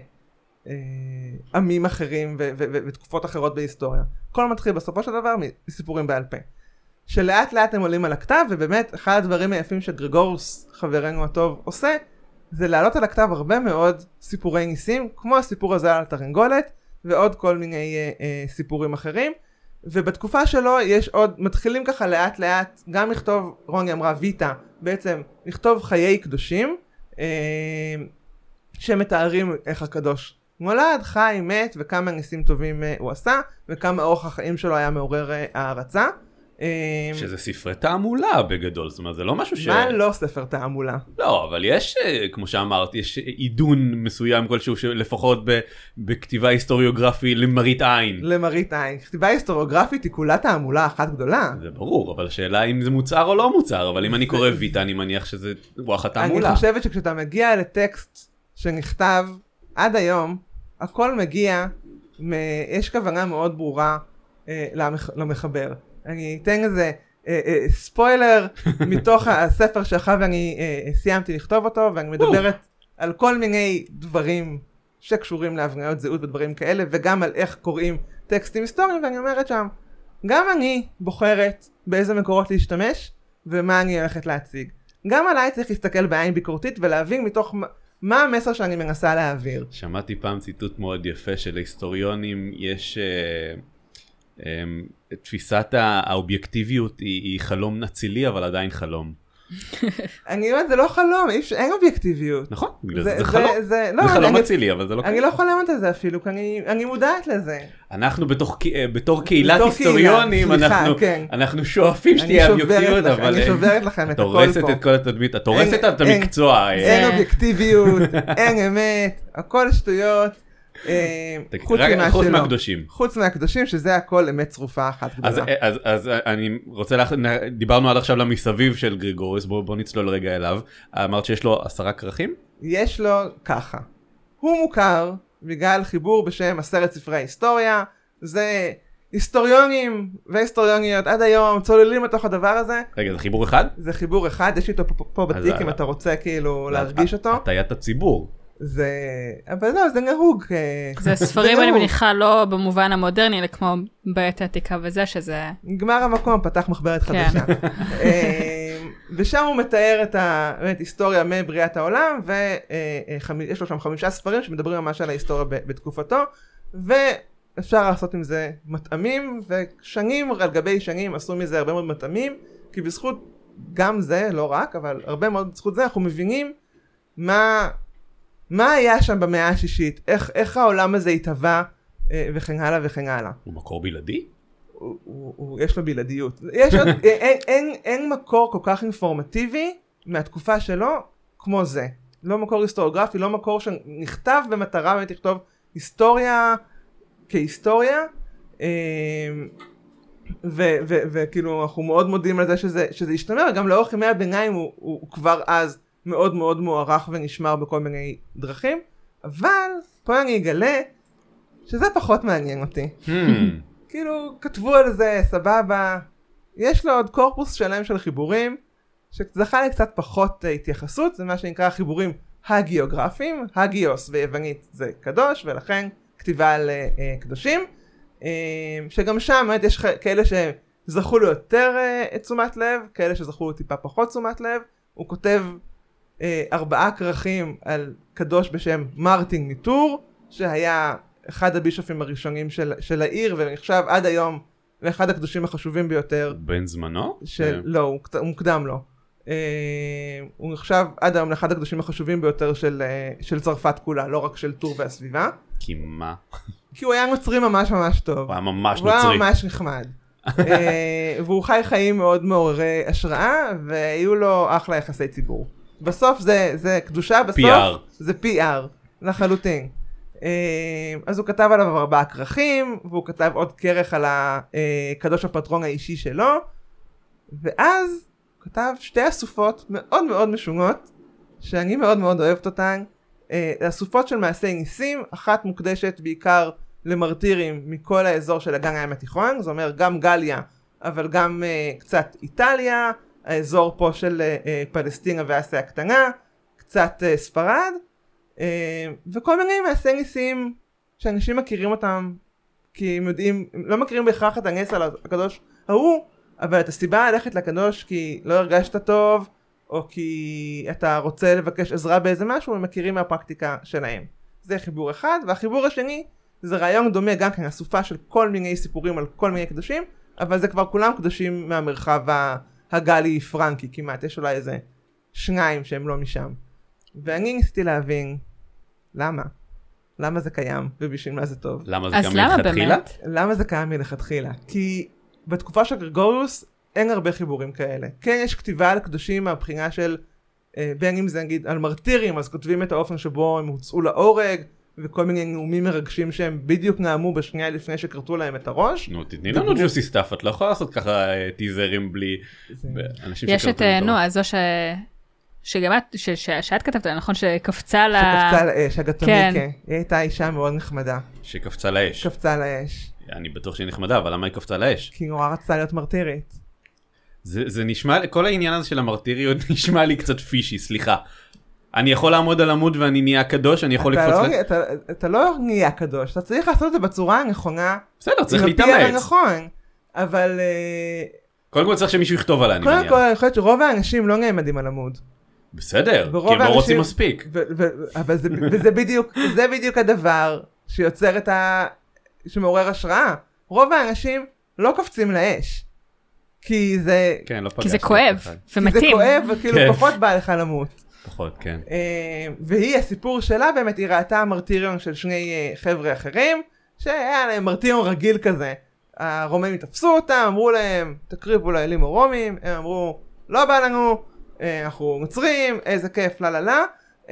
עמים אחרים ותקופות אחרות בהיסטוריה. הכל מתחיל בסופו של דבר מסיפורים בעל פה. שלאט לאט הם עולים על הכתב, ובאמת אחד הדברים היפים שגרגורוס, חברנו הטוב, עושה, זה להעלות על הכתב הרבה מאוד סיפורי ניסים, כמו הסיפור הזה על התרנגולת, ועוד כל מיני סיפורים אחרים. ובתקופה שלו יש עוד, מתחילים ככה לאט לאט, גם לכתוב, רוני אמרה ויטה, בעצם לכתוב חיי קדושים, שמתארים איך הקדוש מולד, חי, מת, וכמה ניסים טובים הוא עשה, וכמה אורח החיים שלו היה מעורר הערצה. שזה ספרי תעמולה בגדול, זאת אומרת, זה לא משהו מה לא ספר תעמולה? לא, אבל יש, כמו שאמרת, יש עידון מסוים כלשהו, שלפחות בכתיבה היסטוריוגרפית למראית עין. למראית עין. כתיבה היסטוריוגרפית היא כולה תעמולה אחת גדולה. זה ברור, אבל השאלה אם זה מוצר או לא מוצר, אבל אם אני קורא ויטה, אני מניח שזה רוח התעמולה. אני חושבת שכשאתה מגיע לטקסט שנכתב עד היום, הכל מגיע, יש כוונה מאוד ברורה למחבר. אני אתן איזה ספוילר מתוך הספר שאחר ואני סיימתי לכתוב אותו, ואני מדברת על כל מיני דברים שקשורים להבניות זהות ודברים כאלה, וגם על איך קוראים טקסטים היסטוריים, ואני אומרת שם, גם אני בוחרת באיזה מקורות להשתמש, ומה אני הולכת להציג. גם עליי צריך להסתכל בעין ביקורתית, ולהבין מתוך מה המסר שאני מנסה להעביר. שמעתי פעם ציטוט מאוד יפה של היסטוריונים, יש תפיסת האובייקטיביות היא חלום נצילי, אבל עדיין חלום. אני אומרת, זה לא חלום, אין אובייקטיביות. נכון, זה חלום. זה חלום נצילי, אבל זה לא... אני לא חולמת על זה אפילו, כי אני מודעת לזה. אנחנו בתור קהילת היסטוריונים, אנחנו שואפים שתהיה אובייקטיביות, אבל... אני שוברת לכם את הכל פה. את הורסת את כל התדמית, את הורסת את המקצוע. אין אובייקטיביות, אין אמת, הכל שטויות. חוץ מהקדושים. חוץ מהקדושים, שזה הכל אמת צרופה אחת גדולה. אז אני רוצה, דיברנו עד עכשיו למסביב של גרגוריוס, בוא נצלול רגע אליו. אמרת שיש לו 10 כרכים? יש לו ככה. הוא מוכר בגלל חיבור בשם 10 ספרי ההיסטוריה. זה היסטוריונים והיסטוריוניות עד היום צוללים לתוך הדבר הזה. רגע, זה חיבור אחד? זה חיבור אחד, יש לי אותו פה בתיק אם אתה רוצה כאילו להרגיש אותו. הטיית הציבור. אבל לא, זה נהוג. זה ספרים אני מניחה לא במובן המודרני, אלא כמו בעת העתיקה וזה שזה... נגמר המקום, פתח מחברת חדשה. ושם הוא מתאר את ההיסטוריה מבריאת העולם, ויש לו שם 5 ספרים שמדברים ממש על ההיסטוריה בתקופתו, ואפשר לעשות עם זה מטעמים, ושנים על גבי שנים עשו מזה הרבה מאוד מטעמים, כי בזכות גם זה, לא רק, אבל הרבה מאוד בזכות זה אנחנו מבינים מה היה שם במאה השישית, איך העולם הזה התהווה, וכן הלאה וכן הלאה. הוא מקור בלעדי? יש לו בלעדיות. אין מקור כל כך אינפורמטיבי מהתקופה שלו כמו זה. לא מקור היסטוריוגרפי, לא מקור שנכתב במטרה באמת לכתוב היסטוריה כהיסטוריה, וכאילו אנחנו מאוד מודים על זה שזה ישתמר, גם לאורך ימי הביניים הוא כבר אז מאוד מאוד מוערך ונשמר בכל מיני דרכים, אבל פה אני אגלה שזה פחות מעניין אותי. כאילו כתבו על זה, סבבה, יש לו עוד קורפוס שלם של חיבורים, שזכה לי קצת פחות התייחסות, זה מה שנקרא חיבורים הגיאוגרפיים, הגיוס ביוונית זה קדוש, ולכן כתיבה על קדושים, שגם שם באמת יש כאלה שזכו לו יותר תשומת לב, כאלה שזכו לו טיפה פחות תשומת לב, הוא כותב 4 כרכים על קדוש בשם מרטין מטור, שהיה אחד הבישופים הראשונים של העיר, ונחשב עד היום לאחד הקדושים החשובים ביותר. בן זמנו? לא, הוא מוקדם לו. הוא נחשב עד היום לאחד הקדושים החשובים ביותר של צרפת כולה, לא רק של טור והסביבה. כי מה? כי הוא היה נוצרי ממש ממש טוב. הוא היה ממש נוצרי. הוא היה ממש נחמד. והוא חי חיים מאוד מעוררי השראה, והיו לו אחלה יחסי ציבור. בסוף זה קדושה, בסוף זה PR, לחלוטין. אז הוא כתב עליו 4 כרכים, והוא כתב עוד כרך על הקדוש הפטרון האישי שלו, ואז הוא כתב 2 אסופות מאוד מאוד משונות, שאני מאוד מאוד אוהבת אותן, אסופות של מעשי ניסים, אחת מוקדשת בעיקר למרטירים מכל האזור של אגן הים התיכון, זאת אומרת גם גליה, אבל גם קצת איטליה, האזור פה של פלסטינה ואסיה הקטנה, קצת ספרד, וכל מיני מעשי ניסים שאנשים מכירים אותם, כי הם יודעים, לא מכירים בהכרח את הנס על הקדוש ההוא, אבל את הסיבה ללכת לקדוש כי לא הרגשת טוב, או כי אתה רוצה לבקש עזרה באיזה משהו, הם מכירים מהפרקטיקה שלהם. זה חיבור אחד, והחיבור השני, זה רעיון דומה גם כן, אסופה של כל מיני סיפורים על כל מיני קדושים, אבל זה כבר כולם קדושים מהמרחב הגלי פרנקי כמעט, יש אולי איזה 2 שהם לא משם. ואני ניסיתי להבין, למה? למה זה קיים ובשביל מה זה טוב? למה זה קיים מלכתחילה? למה זה קיים מלכתחילה? כי בתקופה של גרגוריוס אין הרבה חיבורים כאלה. כן, יש כתיבה על קדושים מהבחינה של, בין אם זה נגיד על מרטירים, אז כותבים את האופן שבו הם הוצאו להורג, וכל מיני נאומים מרגשים שהם בדיוק נעמו בשנייה לפני שקרתו להם את הראש. נו, תתני לנו ג'וסי סטאפ, את לא יכולה לעשות ככה טיזרים בלי אנשים יש את נועה, זו שגם שאת כתבת, נכון, שקפצה לאש, הגטוניקה. היא הייתה אישה מאוד נחמדה. שקפצה לאש. קפצה לאש. אני בטוח שהיא נחמדה, אבל למה היא קפצה לאש? כי היא נורא רצתה להיות מרטירית. זה נשמע, כל העניין הזה של המרטיריות נשמע לי קצת פישי, סליחה. אני יכול לעמוד על עמוד ואני נהיה קדוש, אני יכול לקפוץ אתה לא נהיה קדוש, אתה צריך לעשות את זה בצורה הנכונה. בסדר, צריך להתאמץ. נכון, אבל... קודם כל צריך שמישהו יכתוב עליי, אני מניח. קודם כל, אני חושבת שרוב האנשים לא נעמדים על עמוד. בסדר, כי הם לא רוצים מספיק. אבל זה בדיוק הדבר שיוצר שמעורר השראה. רוב האנשים לא קופצים לאש. כי זה... כי זה כואב ומתאים. כי זה כואב וכאילו פחות בא לך למות. פחות, כן. והיא, הסיפור שלה באמת, היא ראתה מרטיריון של 2 חבר'ה אחרים, שהיה להם מרטיריון רגיל כזה. הרומאים תפסו אותם, אמרו להם, תקריבו לאלים הרומים, הם אמרו, לא בא לנו, אנחנו נוצרים, איזה כיף, לא.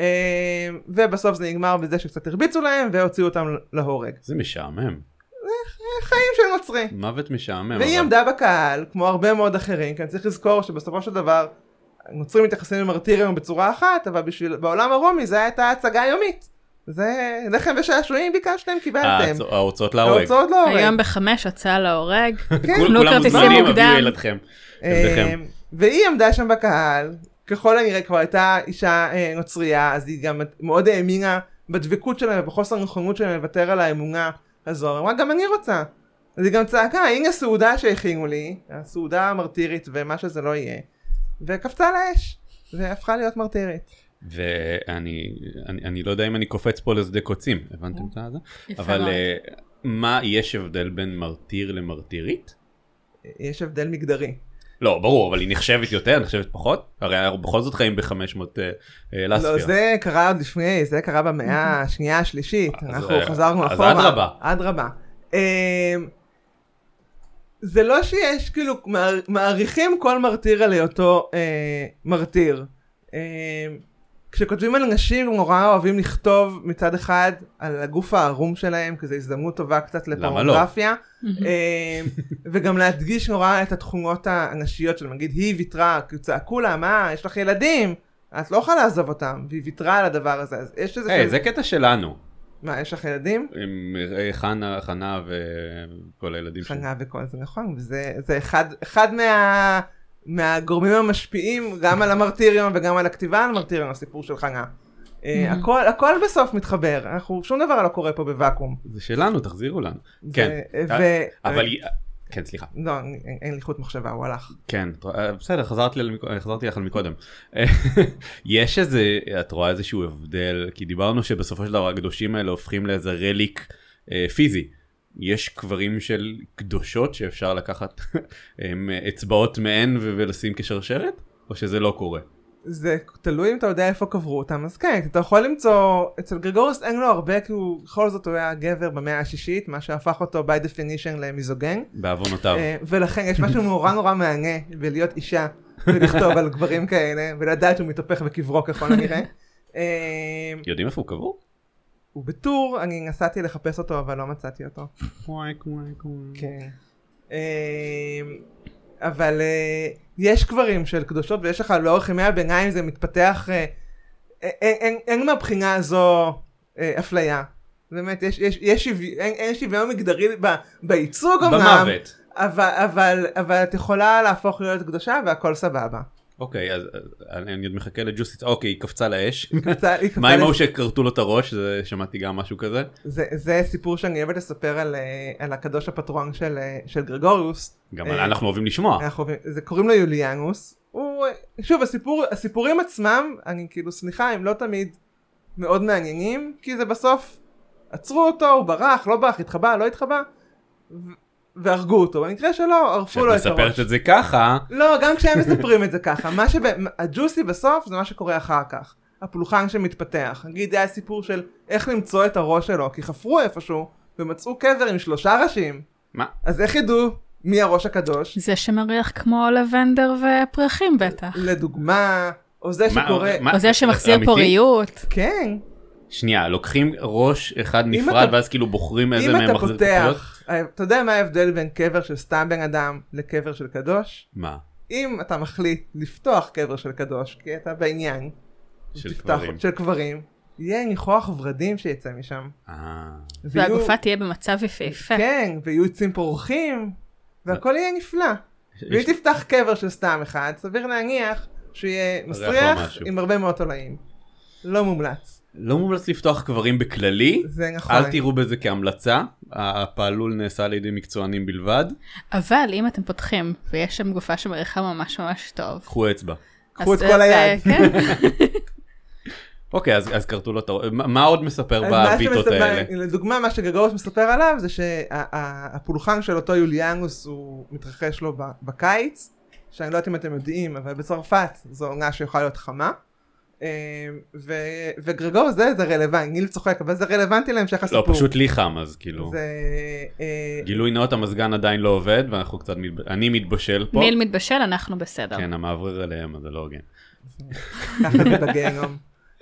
ובסוף זה נגמר בזה שקצת הרביצו להם, והוציאו אותם להורג. זה משעמם. חיים של נוצרי. מוות משעמם. והיא עמדה בקהל, כמו הרבה מאוד אחרים, כי אני צריך לזכור שבסופו של דבר, נוצרים מתייחסים למרטיריון בצורה אחת, אבל בעולם הרומי זה הייתה הצגה יומית. זה לחם ושעשועים ביקשתם, קיבלתם. ההוצאות להורג. היום ב5 הצעה להורג. כולם מוזמנים, הביאו ילדכם. והיא עמדה שם בקהל, ככל הנראה כבר הייתה אישה נוצרייה, אז היא גם מאוד האמינה בדבקות שלהם ובחוסר נכונות שלהם לוותר על האמונה הזו. אמרה, גם אני רוצה. אז היא גם צעקה, הנה הסעודה שהכינו לי, הסעודה המרטירית ומה שזה לא יהיה. וקפצה לאש, והפכה להיות מרטירית. ואני לא יודע אם אני קופץ פה לשדה קוצים, הבנתם את זה? אבל מה, יש הבדל בין מרטיר למרטירית? יש הבדל מגדרי. לא, ברור, אבל היא נחשבת יותר, נחשבת פחות. הרי אנחנו בכל זאת חיים ב-500 לספיר. לא, זה קרה עוד לפני, זה קרה במאה השנייה השלישית. אנחנו חזרנו אחורה. אז אדרבה. אדרבה. זה לא שיש, כאילו, מעריכים כל מרטיר על היותו מרטיר. כשכותבים על אנשים, הם נורא אוהבים לכתוב מצד אחד על הגוף הערום שלהם, כי זו הזדמנות טובה קצת לפורנוגרפיה. וגם להדגיש נורא את התכונות הנשיות שלהם. נגיד, היא ויתרה, כי צעקו לה, מה, יש לך ילדים? את לא יכולה לעזוב אותם. והיא ויתרה על הדבר הזה. אז יש איזה... זה קטע שלנו. מה, יש לך ילדים? חנה וכל הילדים שלי. חנה וכל זה נכון, וזה אחד מהגורמים המשפיעים גם על המרטיריון וגם על הכתיבה על המרטיריון, הסיפור של חנה. הכל בסוף מתחבר, שום דבר לא קורה פה בוואקום. זה שלנו, תחזירו לנו. כן, אבל... כן, סליחה. לא, אין לי חוט מחשבה, הוא הלך. כן, בסדר, חזרתי לך מקודם. יש איזה, את רואה איזשהו הבדל, כי דיברנו שבסופו של דבר הקדושים האלה הופכים לאיזה רליק פיזי. יש קברים של קדושות שאפשר לקחת אצבעות מהן ולשים כשרשרת? או שזה לא קורה? זה תלוי אם אתה יודע איפה קברו אותם, אז כן, אתה יכול למצוא, אצל גרגוריוס אין לו הרבה, כי הוא בכל זאת הוא היה גבר במאה השישית, מה שהפך אותו by definition למיזוגן. בעוונותיו. ולכן יש משהו נורא מענה בלהיות אישה, ולכתוב על גברים כאלה, ולדעת שהוא מתהפך בקברו ככל הנראה. יודעים איפה הוא קבור? הוא בטור, אני נסעתי לחפש אותו, אבל לא מצאתי אותו. כן. אבל יש קברים של קדושות, ויש לך לאורך ימי הביניים זה מתפתח אין מהבחינה הזו אפליה. באמת, אין שוויון מגדרי בייצוג אומנם. במוות. אבל את יכולה להפוך להיות קדושה והכל סבבה. אוקיי, אז אני עוד מחכה לג'וסית. אוקיי, היא קפצה לאש. קפצה מה עם ההוא שקרתו לו את הראש? שמעתי גם משהו כזה. זה סיפור שאני אוהבת לספר על הקדוש הפטרון של גרגוריוס. גם אנחנו אוהבים לשמוע. זה קוראים לו יוליאנוס. שוב, הסיפורים עצמם, אני כאילו סליחה, הם לא תמיד מאוד מעניינים, כי זה בסוף עצרו אותו, הוא ברח, לא ברח, התחבא, לא התחבא, והרגו אותו. במקרה שלו, ערפו לו את הראש. שאת מספרת את זה ככה. לא, גם כשהם מספרים את זה ככה. הג'וסי בסוף זה מה שקורה אחר כך. הפולחן שמתפתח. נגיד, היה סיפור של איך למצוא את הראש שלו, כי חפרו איפשהו, ומצאו קבר עם 3 ראשים. מה? אז איך ידעו מי הראש הקדוש? זה שמריח כמו לבנדר ופרחים בטח. לדוגמה, או זה שקורה... או זה שמחזיר פוריות. כן. שנייה, לוקחים ראש אחד נפרד ואז כאילו בוחרים איזה מהם מחזיר פוריות? אתה יודע מה ההבדל בין קבר של סתם בן אדם לקבר של קדוש? מה? אם אתה מחליט לפתוח קבר של קדוש, כי אתה בעניין של קברים, יהיה ניחוח ורדים שיצא משם. והגופה תהיה במצב יפהפה. כן, ויהיו עצים פורחים, והכל יהיה נפלא. ואם תפתח קבר של סתם אחד, סביר להניח שיהיה מסריח עם הרבה מאוד תולעים. לא מומלץ. לא מומלץ לפתוח קברים בכללי. זה נכון. אל תראו בזה כהמלצה. הפעלול נעשה על ידי מקצוענים בלבד. אבל אם אתם פותחים ויש שם גופה שמריחה ממש ממש טוב. קחו אצבע. קחו את כל היד. כן. אוקיי, אז קרתו לו את הראש. מה עוד מספר בביטות האלה? לדוגמה, מה שגרגוריוס מספר עליו זה שהפולחן של אותו יוליאנוס הוא מתרחש לו בקיץ, שאני לא יודעת אם אתם יודעים, אבל בצרפת זו עונה שיכולה להיות חמה. וגרגוריוס זה רלוונטי, ניל צוחק, אבל זה רלוונטי להמשך הסיפור. לא, פשוט לי חם, אז כאילו. גילוי נאות, המזגן עדיין לא עובד, ואנחנו קצת, אני מתבשל פה. ניל מתבשל, אנחנו בסדר. כן, המעברר אליהם, אז זה לא הוגן. ככה זה בגיהנום.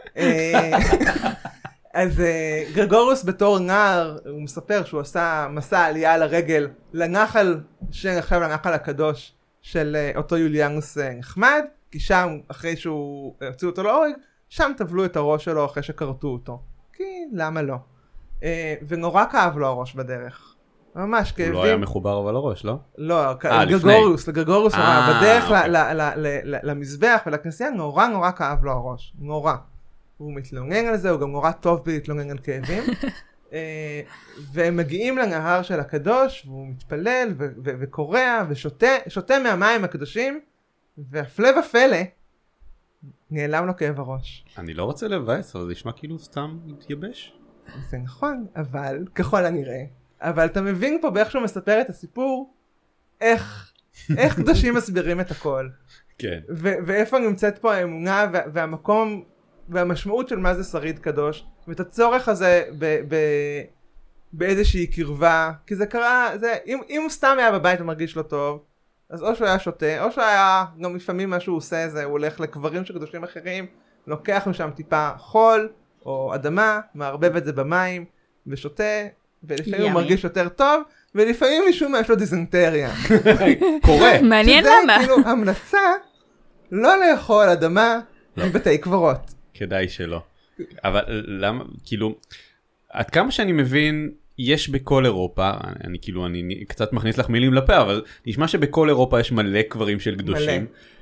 אז גרגוריוס בתור נער, הוא מספר שהוא עשה מסע עלייה לרגל לנחל, שנחשב לנחל הקדוש של אותו יוליאנוס נחמד, כי שם, אחרי שהוא הוציאו אותו להורג, שם טבלו את הראש שלו אחרי שקרתו אותו. כי למה לא? ונורא כאב לו הראש בדרך. ממש כאבים. הוא לא היה מחובר אבל לראש, לא? לא, לגרגוריוס בדרך למזבח ולכנסייה, נורא כאב לו הראש. נורא. הוא מתלונן על זה, הוא גם נורא טוב בלהתלונן על כאבים. והם מגיעים לנהר של הקדוש, והוא מתפלל וקורע ושותה מהמים הקדושים, והפלא ופלא, נעלם לו כאב הראש. אני לא רוצה לבאס, אבל זה נשמע כאילו סתם התייבש. זה נכון, אבל ככל הנראה. אבל אתה מבין פה באיך שהוא מספר את הסיפור, איך קדושים מסבירים את הכל. כן. ואיפה נמצאת פה האמונה והמקום והמשמעות של מה זה שריד קדוש, ואת הצורך הזה באיזושהי קרבה, כי זה קרה, אם הוא סתם היה בבית ומרגיש לא טוב, אז או שהוא היה שותה, או שהוא היה, גם לפעמים מה שהוא עושה זה, הוא הולך לקברים של קדושים אחרים, לוקח משם טיפה חול, או אדמה, מערבב את זה במים, ושותה, ולפעמים הוא מרגיש יותר טוב, ולפעמים משום מה יש לו דיזנטריה. קורה. מעניין למה. שזה כאילו המלצה, לא לאכול אדמה מבתי קברות. כדאי שלא. אבל למה, כאילו, עד כמה שאני מבין, יש בכל אירופה, אני קצת מכניס לך מילים לפה, אבל נשמע שבכל אירופה יש מלא קברים של קדושים,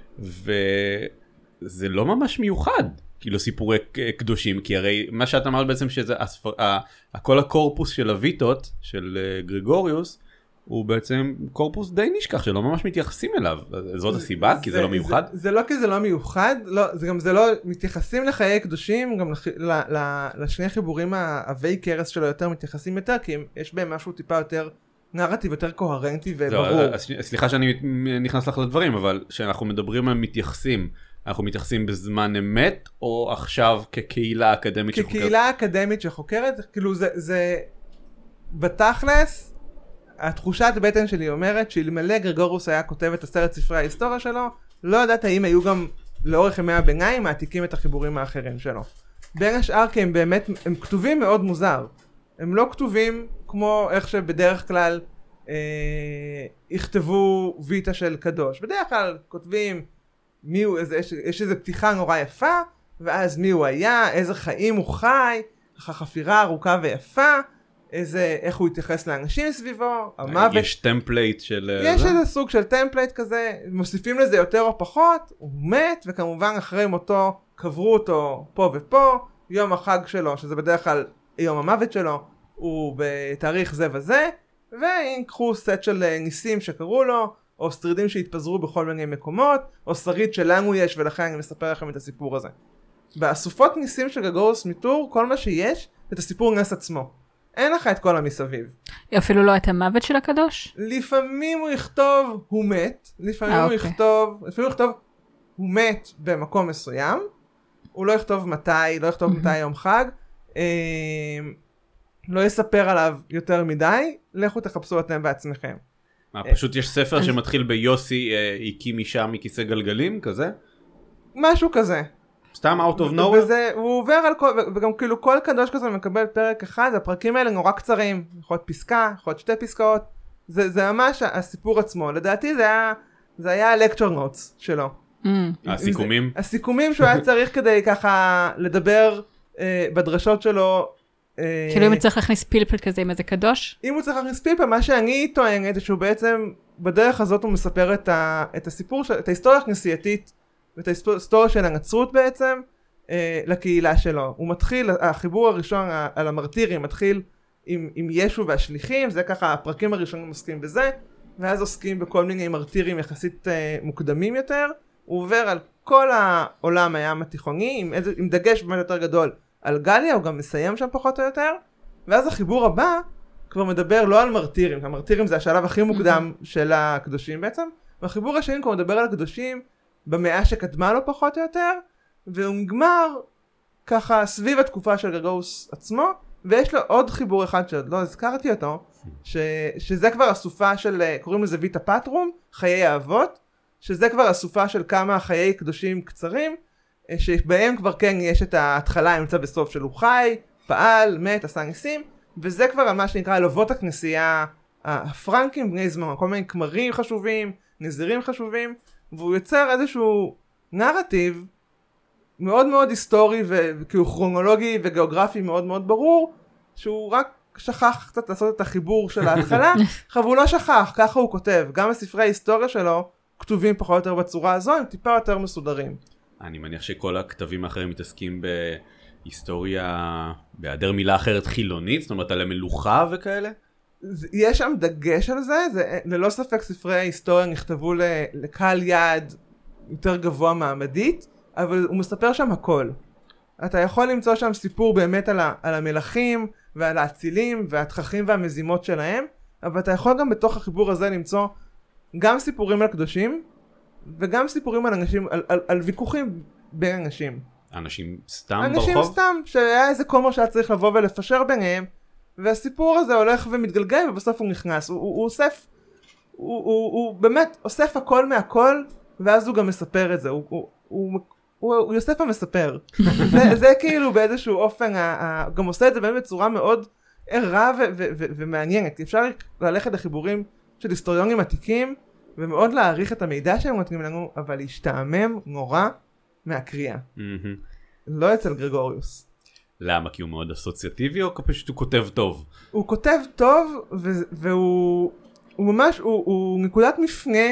וזה לא ממש מיוחד, כאילו סיפורי קדושים, כי הרי מה שאת אמרת בעצם שזה, כל הקורפוס של הוויטות, של גרגוריוס, הוא בעצם קורפוס די נשכח, שלא ממש מתייחסים אליו. זאת הסיבה? כי זה לא מיוחד? זה לא כי זה לא מיוחד, זה לא מתייחסים לחיי קדושים, גם לשני חיבורים העבי קרס שלו יותר מתייחסים יותר, כי יש בהם משהו טיפה יותר נרטיב, יותר קוהרנטי וברור. סליחה שאני נכנס לך לדברים, אבל כשאנחנו מדברים על מתייחסים, אנחנו מתייחסים בזמן אמת, או עכשיו כקהילה אקדמית שחוקרת? כקהילה אקדמית שחוקרת, כאילו זה בתכלס, התחושת בטן שלי אומרת שאלמלא גרגוריוס היה כותב את 10 ספרי ההיסטוריה שלו, לא יודעת האם היו גם לאורך ימי הביניים מעתיקים את החיבורים האחרים שלו. בין השאר כי הם באמת, הם כתובים מאוד מוזר. הם לא כתובים כמו איך שבדרך כלל יכתבו ויטה של קדוש. בדרך כלל כותבים יש איזו פתיחה נורא יפה, ואז מי הוא היה, איזה חיים הוא חי, חפירה ארוכה ויפה, איך הוא התייחס לאנשים סביבו, המוות. יש טמפלייט של... יש איזה סוג של טמפלייט כזה, מוסיפים לזה יותר או פחות, הוא מת, וכמובן אחרי מותו קברו אותו פה ופה, יום החג שלו, שזה בדרך כלל יום המוות שלו, הוא בתאריך זה וזה, ויקחו סט של ניסים שקראו לו, או שרידים שהתפזרו בכל מיני מקומות, או שריד שלנו יש, ולכן אני מספר לכם את הסיפור הזה. באסופות ניסים של גרגוריוס מטור, כל מה שיש, את הסיפור נס עצמו. אין לך את כל המסביב. אפילו לא את המוות של הקדוש? לפעמים הוא יכתוב, הוא מת, לפעמים הוא יכתוב, הוא מת במקום מסוים, הוא לא יכתוב מתי, לא יכתוב מתי יום חג, לא יספר עליו יותר מדי, לכו תחפשו אתם בעצמכם. פשוט יש ספר שמתחיל ביוסי הקים אישה מכיסא גלגלים, כזה? משהו כזה. סתם out of nowhere? הוא עובר על כל, וגם כאילו כל קדוש כזה מקבל פרק אחד, הפרקים האלה נורא קצרים, יכול להיות פסקה, יכול להיות 2 פסקאות, זה ממש הסיפור עצמו, לדעתי זה היה ה-lecture notes שלו. הסיכומים? הסיכומים שהוא היה צריך כדי ככה לדבר בדרשות שלו. כאילו אם הוא צריך להכניס פלפל כזה עם איזה קדוש? אם הוא צריך להכניס פלפל, מה שאני טוענת שהוא בעצם בדרך הזאת הוא מספר את הסיפור, את ההיסטוריה הכנסייתית, ואת ההיסטוריה של הנצרות בעצם לקהילה שלו. הוא מתחיל, החיבור הראשון על המרטירים מתחיל עם ישו והשליחים, זה ככה הפרקים הראשונים עוסקים בזה, ואז עוסקים בכל מיני מרטירים יחסית מוקדמים יותר. הוא עובר על כל העולם הים התיכוני, עם דגש באמת יותר גדול על גליה, הוא גם מסיים שם פחות או יותר, ואז החיבור הבא כבר מדבר לא על מרטירים, המרטירים זה השלב הכי מוקדם של הקדושים בעצם, והחיבור השני כבר מדבר על הקדושים במאה שקדמה לו פחות או יותר, והוא נגמר ככה סביב התקופה של גרגוריוס עצמו, ויש לו עוד חיבור אחד שעוד לא הזכרתי אותו, שזה כבר הסופה של, קוראים לזה ויטה פטרום, חיי האבות, שזה כבר הסופה של כמה חיי קדושים קצרים, שבהם כבר כן יש את ההתחלה, האמצע בסוף של הוא חי, פעל, מת, עשה ניסים, וזה כבר על מה שנקרא אלוות הכנסייה, הפרנקים בני זמן, כל מיני כמרים חשובים, נזירים חשובים, והוא יוצר איזשהו נרטיב מאוד מאוד היסטורי וכאילו כרונולוגי וגיאוגרפי מאוד מאוד ברור, שהוא רק שכח קצת לעשות את החיבור של ההתחלה, אבל הוא לא שכח, ככה הוא כותב, גם הספרי ההיסטוריה שלו כתובים פחות או יותר בצורה הזו, הם טיפה יותר מסודרים. אני מניח שכל הכתבים האחרים מתעסקים בהיסטוריה, בהיעדר מילה אחרת חילונית, זאת אומרת על המלוכה וכאלה? יש שם דגש על זה, ללא ספק ספרי ההיסטוריה נכתבו לקהל יעד יותר גבוה מעמדית, אבל הוא מספר שם הכל. אתה יכול למצוא שם סיפור באמת על המלכים ועל האצילים והתככים והמזימות שלהם, אבל אתה יכול גם בתוך החיבור הזה למצוא גם סיפורים על קדושים, וגם סיפורים על אנשים, על ויכוחים בין אנשים. אנשים סתם ברחוב? אנשים סתם, שהיה איזה כומר שהיה צריך לבוא ולפשר ביניהם, והסיפור הזה הולך ומתגלגל, ובסוף הוא נכנס. הוא אוסף, הוא באמת אוסף הכל מהכל, ואז הוא גם מספר את זה. הוא יוסף המספר. זה כאילו באיזשהו אופן, גם עושה את זה באמת בצורה מאוד ערה ומעניינת. אפשר ללכת לחיבורים של היסטוריונים עתיקים, ומאוד להעריך את המידע שהם נותנים לנו, אבל להשתעמם נורא מהקריאה. לא אצל גרגוריוס. למה? כי הוא מאוד אסוציאטיבי, או פשוט הוא כותב טוב? הוא כותב טוב, והוא ממש, הוא נקודת מפנה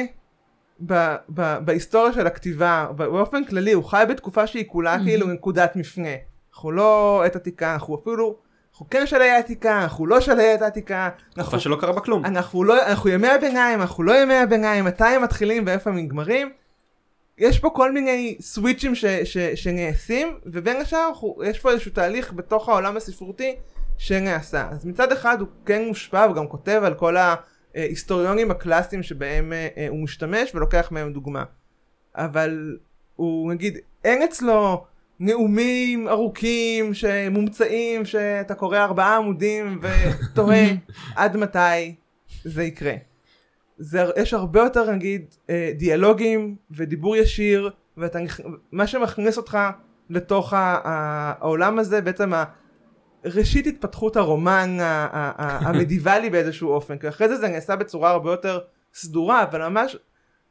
בהיסטוריה של הכתיבה, באופן כללי, הוא חי בתקופה שהיא כולה כאילו נקודת מפנה. אנחנו לא עת עתיקה, אנחנו כן שלהי העתיקה, אנחנו לא שלהי עת העתיקה. תקופה שלא קרה בכלום. אנחנו ימי הביניים, אנחנו לא ימי הביניים, מתי הם מתחילים ואיפה הם נגמרים. יש פה כל מיני סוויצ'ים שנעשים, ובין השאר יש פה איזשהו תהליך בתוך העולם הספרותי שנעשה. אז מצד אחד הוא כן מושפע וגם כותב על כל ההיסטוריונים הקלאסיים שבהם הוא משתמש ולוקח מהם דוגמה. אבל הוא נגיד, אין אצלו נאומים ארוכים שמומצאים שאתה קורא 4 עמודים ותוהה עד מתי זה יקרה. יש הרבה יותר נגיד דיאלוגים ודיבור ישיר, מה שמכניס אותך לתוך העולם הזה, בעצם ראשית התפתחות הרומן המדיבלי באיזשהו אופן, כי אחרי זה נעשה בצורה הרבה יותר סדורה, אבל ממש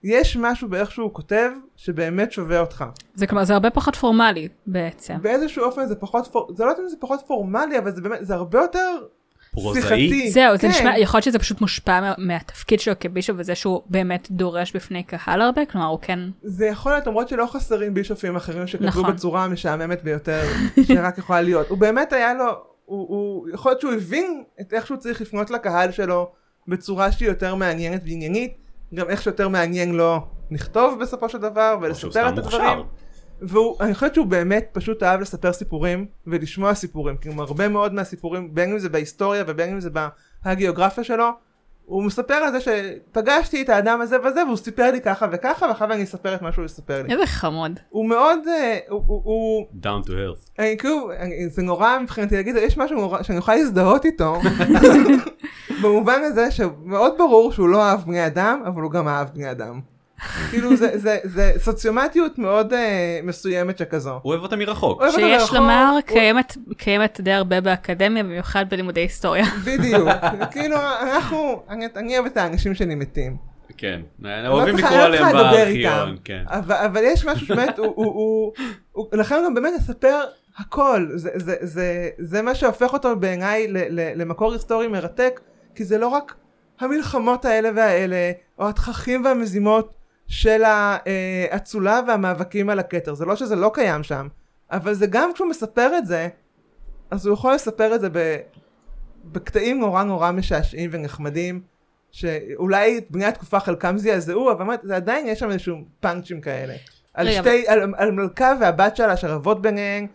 יש משהו באיך שהוא כותב שבאמת שווה אותך. זה כלומר, זה הרבה פחות פורמלי בעצם. באיזשהו אופן זה פחות, זה לא יודעת אם זה פחות פורמלי, אבל זה באמת, זה הרבה יותר פרוזאי. שיחתי. זהו, זה נשמע, יכול להיות שזה פשוט מושפע מהתפקיד שלו כבישוף, וזה שהוא באמת דורש בפני קהל הרבה, כלומר הוא כן... זה יכול להיות, למרות שלא חסרים בישופים אחרים שכתבו נכון. בצורה משעממת ביותר, שרק יכולה להיות. הוא באמת היה לו, הוא יכול להיות שהוא הבין את איך שהוא צריך לפנות לקהל שלו, בצורה שהיא יותר מעניינת ועניינית, גם איך שיותר מעניין לו לכתוב בסופו של דבר, ולספר את הדברים. ואני חושבת שהוא באמת פשוט אהב לספר סיפורים, ולשמוע סיפורים, כי הרבה מאוד מהסיפורים, בין אם זה בהיסטוריה, ובין אם זה בהגיאוגרפיה שלו, הוא מספר על זה שפגשתי את האדם הזה וזה, והוא סיפר לי ככה וככה, ואחר אני אספר את מה שהוא יספר לי. איזה חמוד. הוא מאוד, הוא... down to earth. זה נורא מבחינתי להגיד, יש משהו שאני אוכל להזדהות איתו, במובן הזה שמאוד ברור שהוא לא אהב בני אדם, אבל הוא גם אהב בני אדם. כאילו זה סוציומטיות מאוד מסוימת שכזו. הוא אוהב אותה מרחוק. שיש לומר, קיימת די הרבה באקדמיה, במיוחד בלימודי היסטוריה. בדיוק. כאילו אני אוהב את האנשים שאני מתים. כן, אוהבים לקרוא עליהם בארכיון. אבל יש משהו שבאמת, לכן גם באמת לספר הכל. זה מה שהופך אותו בעיניי למקור היסטורי מרתק, כי זה לא רק המלחמות האלה והאלה, או התככים והמזימות של האצולה והמאבקים על הכתר. זה לא שזה לא קיים שם, אבל זה גם כשהוא מספר את זה, אז הוא יכול לספר את זה בקטעים נורא נורא משעשעים ונחמדים, שאולי בני התקופה חלקם זעזעו, אבל זה עדיין יש שם איזשהו פאנצ'ים כאלה. על מלכה והבת שלה שרבות ביניהן,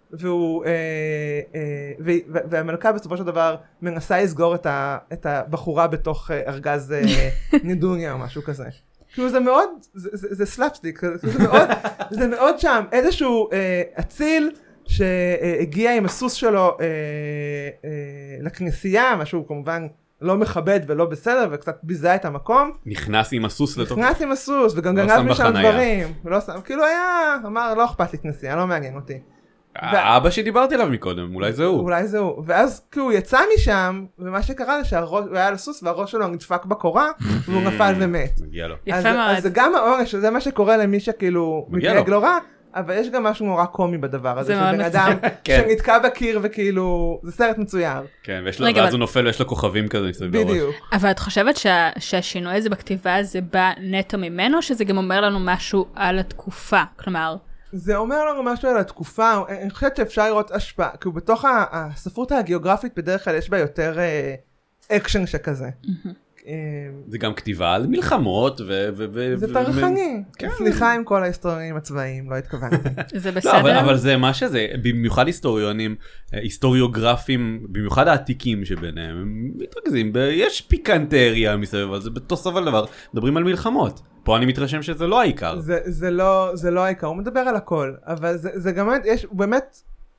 והמלכה בסופו של דבר מנסה לסגור את הבחורה בתוך ארגז נידוניה או משהו כזה. כאילו זה מאוד, זה סלאפסטיק, זה מאוד שם, איזשהו אציל שהגיע עם הסוס שלו לכנסייה, משהו כמובן לא מכבד ולא בסדר, וקצת ביזה את המקום. נכנס עם הסוס לתוך... נכנס עם הסוס, וגם גנב משם דברים. כאילו היה, אמר, לא אכפת לי כנסייה, לא מעניין אותי. האבא שדיברתי עליו מקודם, אולי זה הוא. אולי זה הוא. ואז כאילו הוא יצא משם, ומה שקרה זה שהוא היה על הסוס, והראש שלו נדפק בקורה, והוא נפל ומת. מגיע לו. יפה מאוד. אז זה גם העונש, זה מה שקורה למי שכאילו מתנהג לא רע, אבל יש גם משהו נורא קומי בדבר הזה, שבן אדם שנתקע בקיר וכאילו, זה סרט מצויר. כן, ואז הוא נופל ויש לו כוכבים כזה. בדיוק. אבל את חושבת שהשינוי הזה בכתיבה זה בא נטו ממנו, שזה גם אומר לנו משהו על התקופה? כלומר... זה אומר לנו משהו על התקופה, אני חושבת שאפשר לראות השפעה, כי בתוך הספרות הגיאוגרפית בדרך כלל יש בה יותר אקשן שכזה. זה גם כתיבה על מלחמות זה פרחני. סליחה עם כל ההיסטוריונים הצבאיים, לא התכוונתי. זה בסדר. אבל זה מה שזה, במיוחד היסטוריונים, היסטוריוגרפים, במיוחד העתיקים שביניהם, הם מתרכזים, יש פיקנטריה מסביב, אבל זה בסוף הדבר, מדברים על מלחמות. פה אני מתרשם שזה לא העיקר. זה לא העיקר, הוא מדבר על הכל, אבל זה גם באמת,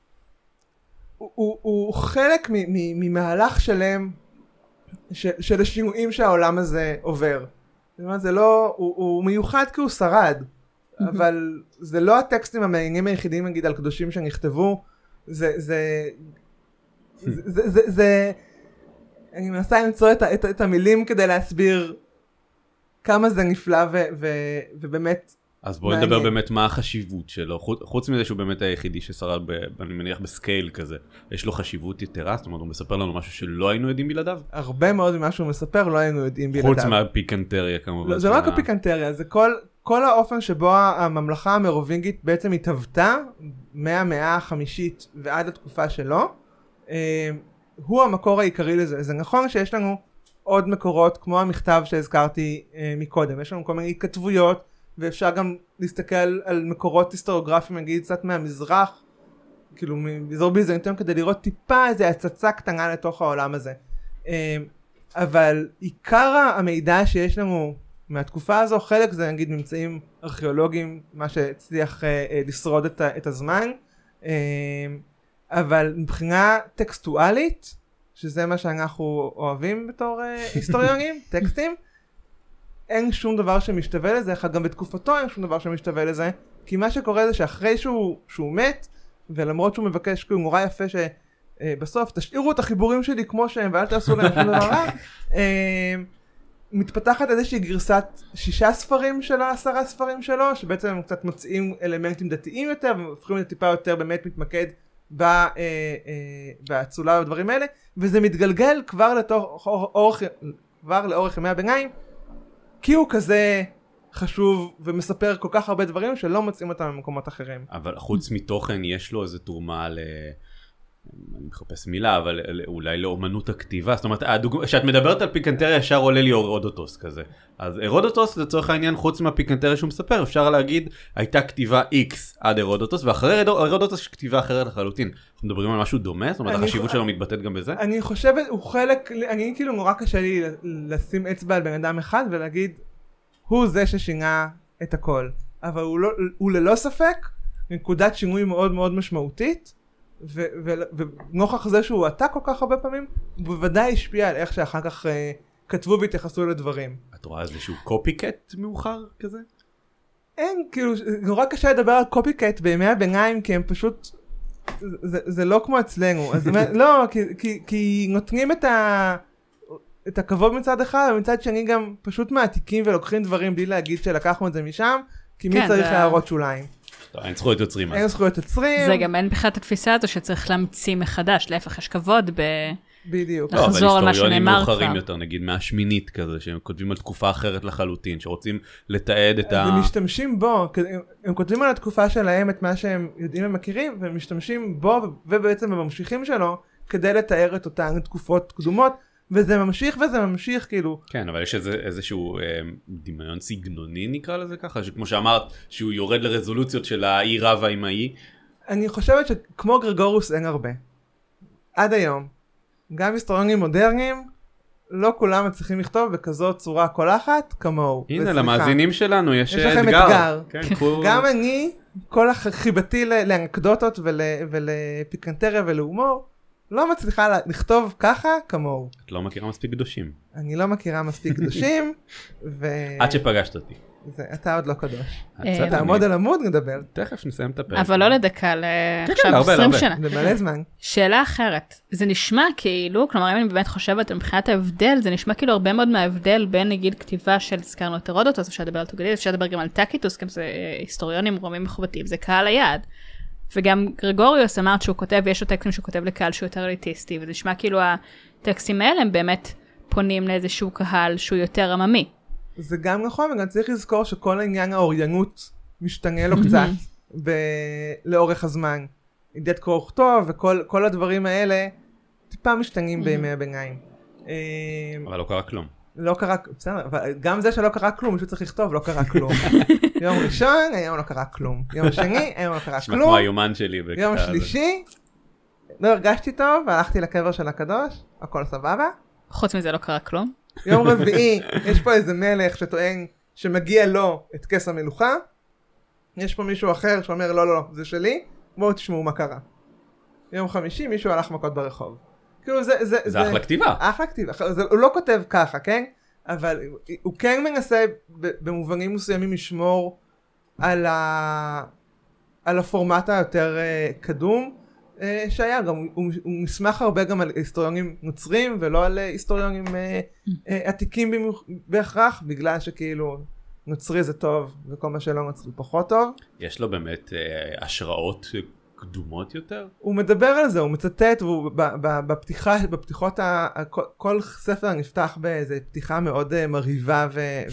הוא חלק ממהלך שלם, של השינויים שהעולם הזה עובר. זאת אומרת, זה לא, הוא מיוחד כי הוא שרד, אבל זה לא הטקסטים המעניינים היחידים, נגיד, על קדושים שנכתבו, אני מנסה למצוא את המילים כדי להסביר כמה זה נפלא ובאמת אז בואי נדבר באמת מה החשיבות שלו, חוץ מזה שהוא באמת היחידי ששרד, אני מניח בסקייל כזה, יש לו חשיבות יתרה, זאת אומרת הוא מספר לנו משהו שלא היינו יודעים בלעדיו? הרבה מאוד ממה שהוא מספר לא היינו יודעים בלעדיו. חוץ מהפיקנטריה כמובן. זה לא רק הפיקנטריה, זה כל האופן שבו הממלכה המרובינגית בעצם התהוותה, מהמאה החמישית ועד התקופה שלו, הוא המקור העיקרי לזה. זה נכון שיש לנו עוד מקורות, כמו המכתב שהזכרתי מקודם, יש לנו כל מיני כתבויות, ואפשר גם להסתכל על מקורות היסטוריוגרפיים, נגיד קצת מהמזרח, כאילו מאזור ביזנטיון, כדי לראות טיפה איזו הצצה קטנה לתוך העולם הזה. אבל עיקר המידע שיש לנו מהתקופה הזו, חלק זה נגיד ממצאים ארכיאולוגיים, מה שהצליח לשרוד את הזמן, אבל מבחינה טקסטואלית, שזה מה שאנחנו אוהבים בתור היסטוריונים, טקסטים, אין שום דבר שמשתווה לזה, גם בתקופתו אין שום דבר שמשתווה לזה, כי מה שקורה זה שאחרי שהוא מת, ולמרות שהוא מבקש, כי הוא נורא יפה שבסוף תשאירו את החיבורים שלי כמו שהם, ואל תעשו להם שום דבר רע, מתפתחת איזושהי גרסת 6 ספרים שלו, 10 ספרים שלו, שבעצם הם קצת מוצאים אלמנטים דתיים יותר, והופכים את טיפה יותר באמת מתמקד באצולה ובדברים האלה, וזה מתגלגל כבר לאורך ימי הביניים, כי הוא כזה חשוב ומספר כל כך הרבה דברים שלא מוצאים אותם במקומות אחרים. אבל חוץ מתוכן יש לו איזו תרומה אני מחפש מילה, אבל אולי לאומנות הכתיבה. זאת אומרת, כשאת מדברת על פיקנטריה, ישר עולה לי הרודוטוס כזה. אז הרודוטוס, לצורך העניין, חוץ מהפיקנטריה שהוא מספר, אפשר להגיד, הייתה כתיבה X עד הרודוטוס, ואחרי הרודוטוס יש כתיבה אחרת לחלוטין. אנחנו מדברים על משהו דומה? זאת אומרת, החשיבות שלו מתבטאת גם בזה? אני חושבת, הוא חלק, אני כאילו נורא קשה לי לשים אצבע על בן אדם אחד, ולהגיד, הוא זה ששינה את הכל. אבל הוא ללא ספק, נקודת שינוי מאוד מאוד משמעותית, ונוכח זה שהוא עתה כל כך הרבה פעמים, הוא בוודאי השפיע על איך שאחר כך כתבו והתייחסו לדברים. את רואה איזשהו קופיקט מאוחר כזה? אין, כאילו, נורא קשה לדבר על קופיקט בימי הביניים, כי הם פשוט, זה לא כמו אצלנו. אז לא, כי נותנים את הכבוד מצד אחד, ומצד שני גם פשוט מעתיקים ולוקחים דברים בלי להגיד שלקחנו את זה משם, כי מי צריך להראות שוליים. אין זכויות יוצרים. אין זכויות יוצרים. זה גם אין בכלל את התפיסה הזו שצריך להמציא מחדש, להפך יש כבוד בדיוק. לחזור על מה שנאמר כבר. אבל היסטוריונים מאוחרים יותר, נגיד מהשמינית כזה, שהם כותבים על תקופה אחרת לחלוטין, שרוצים לתעד את הם משתמשים בו, הם כותבים על התקופה שלהם את מה שהם יודעים ומכירים, והם משתמשים בו ובעצם בממשיכים שלו, כדי לתאר את אותן תקופות קדומות, וזה ממשיך כאילו. כן, אבל יש איזשהו דמיון סגנוני נקרא לזה ככה, שכמו שאמרת, שהוא יורד לרזולוציות של האי רבה עם האי. אני חושבת שכמו גרגורוס אין הרבה. עד היום. גם היסטוריונים מודרניים, לא כולם מצליחים לכתוב בכזאת צורה קולחת כמוהו. הנה, למאזינים שלנו יש אתגר. יש לכם אתגר. כן, גם אני, כל חיבתי לאנקדוטות ולפיקנטריה ולהומור, לא מצליחה לכתוב ככה כמוהו. את לא מכירה מספיק קדושים. אני לא מכירה מספיק קדושים. עד שפגשת אותי. אתה עוד לא קדוש. תעמוד על עמוד נדבר. תכף נסיים את הפרק. אבל לא לדקה, עכשיו 20 שנה. זה מלא זמן. שאלה אחרת, זה נשמע כאילו, כלומר אם אני באמת חושבת מבחינת ההבדל, זה נשמע כאילו הרבה מאוד מההבדל בין נגיד כתיבה של הזכרנו את הרודוטוס, אפשר לדבר על טוגדידס, אפשר לדבר גם על טקיטוס, כי זה היסטוריונים רומים מחובתיים, זה קהל היעד. וגם גרגוריוס אמרת שהוא כותב, ויש לו טקסטים שהוא כותב לקהל שהוא יותר אליטיסטי, וזה נשמע כאילו הטקסטים האלה הם באמת פונים לאיזשהו קהל שהוא יותר עממי. זה גם נכון, וגם צריך לזכור שכל העניין האוריינות משתנה לו קצת לאורך הזמן. ידיעת קרוא וכתוב וכל הדברים האלה טיפה משתנים בימי הביניים. אבל לא קרה כלום. לא קרה, בסדר, גם זה שלא קרה כלום, מישהו צריך לכתוב, לא קרה כלום. יום ראשון, היום לא קרה כלום. יום שני, היום לא קרה כלום. כמו היומן שלי. יום שלישי, לא הרגשתי טוב, והלכתי לקבר של הקדוש, הכל סבבה. חוץ מזה לא קרה כלום. יום רביעי, יש פה איזה מלך שטוען שמגיע לו את כס המלוכה. יש פה מישהו אחר שאומר לא, לא, זה שלי, בואו תשמעו מה קרה. יום חמישי, מישהו הלך מכות ברחוב. כאילו זה אחלה כתיבה. אחלה כתיבה. הוא לא כותב ככה, כן? אבל הוא כן מנסה במובנים מסוימים לשמור על הפורמט היותר קדום שהיה. גם הוא מסמך הרבה גם על היסטוריונים נוצרים ולא על היסטוריונים עתיקים בהכרח, בגלל שכאילו נוצרי זה טוב וכל מה שלא נוצרי פחות טוב. יש לו באמת השראות קדומות יותר? הוא מדבר על זה, הוא מצטט, בפתיחות, כל ספר נפתח באיזו פתיחה מאוד מרהיבה,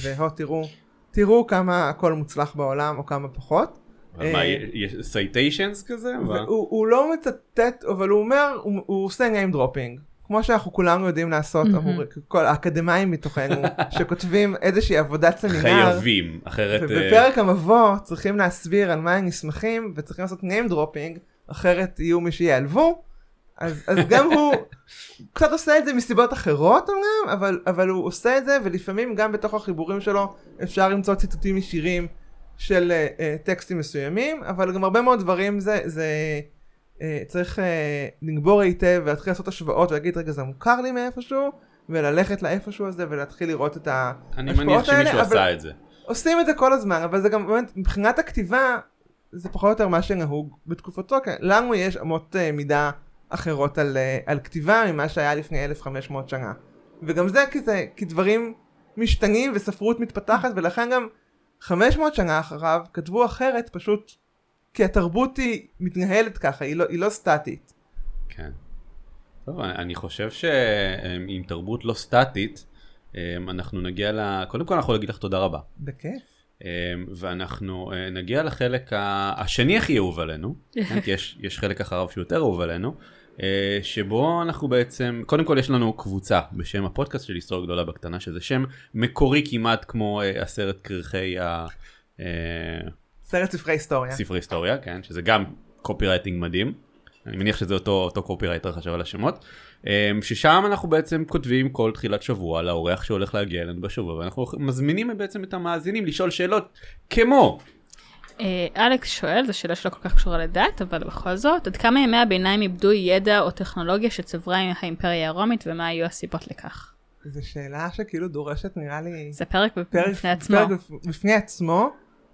תראו כמה הכל מוצלח בעולם, או כמה פחות. אבל מה, יש סייטיישנס כזה? הוא לא מצטט, אבל הוא אומר, הוא עושה name dropping, כמו שאנחנו כולנו יודעים לעשות, כל האקדמיים מתוכנו, שכותבים איזושהי עבודת סמינר, חייבים, אחרת... ובפרק המבוא צריכים להסביר על מה הם נסמכים, וצריכים לעשות name dropping, אחרת יהיו מי שיעלבו, אז גם הוא קצת עושה את זה מסיבות אחרות אומנם, אבל הוא עושה את זה, ולפעמים גם בתוך החיבורים שלו אפשר למצוא ציטוטים ישירים של טקסטים מסוימים, אבל גם הרבה מאוד דברים זה צריך לגבור היטב ולהתחיל לעשות השוואות ולהגיד רגע זה מוכר לי מאיפשהו, וללכת לאיפשהו הזה ולהתחיל לראות את ההשפעות האלה. אני מניח שמישהו עשה את זה. עושים את זה כל הזמן, אבל זה גם באמת מבחינת הכתיבה זה פחות או יותר מה שנהוג בתקופתו, לנו יש אמות מידה אחרות על כתיבה ממה שהיה לפני 1500 שנה. וגם זה כי דברים משתנים וספרות מתפתחת, ולכן גם 500 שנה אחריו כתבו אחרת, פשוט כי התרבות היא מתנהלת ככה, היא לא סטטית. כן. טוב, אני חושב שעם תרבות לא סטטית, אנחנו נגיע קודם כל אנחנו נגיד לך תודה רבה. בכיף. ואנחנו נגיע לחלק השני הכי אהוב עלינו, כי יש חלק אחריו שיותר אהוב עלינו, שבו אנחנו בעצם, קודם כל יש לנו קבוצה בשם הפודקאסט של היסטוריה גדולה בקטנה, שזה שם מקורי כמעט כמו הסרט קרחי סרט ספרי היסטוריה. ספרי היסטוריה, כן, שזה גם קופירייטינג מדהים. אני מניח שזה אותו קופירייטר חשב על השמות. ששם אנחנו בעצם כותבים כל תחילת שבוע לאורח שהולך להגיע אלינו בשבוע, ואנחנו מזמינים בעצם את המאזינים לשאול שאלות כמו... אלכס שואל, זו שאלה שלא כל כך קשורה לדת, אבל בכל זאת, עד כמה ימי הביניים איבדו ידע או טכנולוגיה שצברה עם האימפריה הרומית, ומה היו הסיבות לכך? זו שאלה שכאילו דורשת, נראה לי... זה פרק בפני עצמו. פרק בפני עצמו,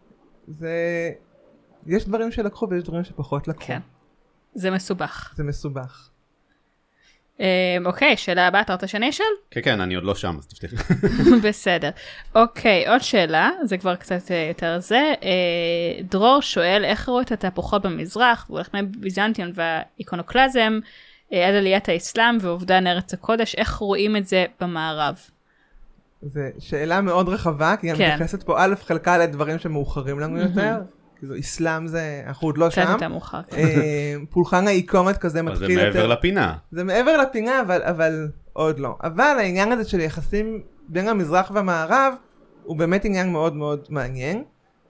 יש דברים שלקחו ויש דברים שפחות לקחו. כן. זה מסובך. זה מסובך. אוקיי, שאלה הבאה, אתה רוצה שאני אשאל? כן, אני עוד לא שם, אז תפתחי. בסדר. אוקיי, עוד שאלה, זה כבר קצת יותר זה. דרור שואל, איך ראו את התהפוכות במזרח, ולחמי ביזנטיון והאיקונוקלזם, עד עליית האסלאם ואובדן ארץ הקודש, איך רואים את זה במערב? זו שאלה מאוד רחבה, כי אני מתייחסת פה א' חלקה לדברים שמאוחרים לנו יותר. כאילו, איסלאם זה, אנחנו עוד לא שם. קצת יותר מאוחר. פולחן האיקומת כזה מתחיל יותר. זה מעבר לפינה. זה מעבר לפינה, אבל עוד לא. אבל העניין הזה של יחסים בין המזרח והמערב, הוא באמת עניין מאוד מאוד מעניין.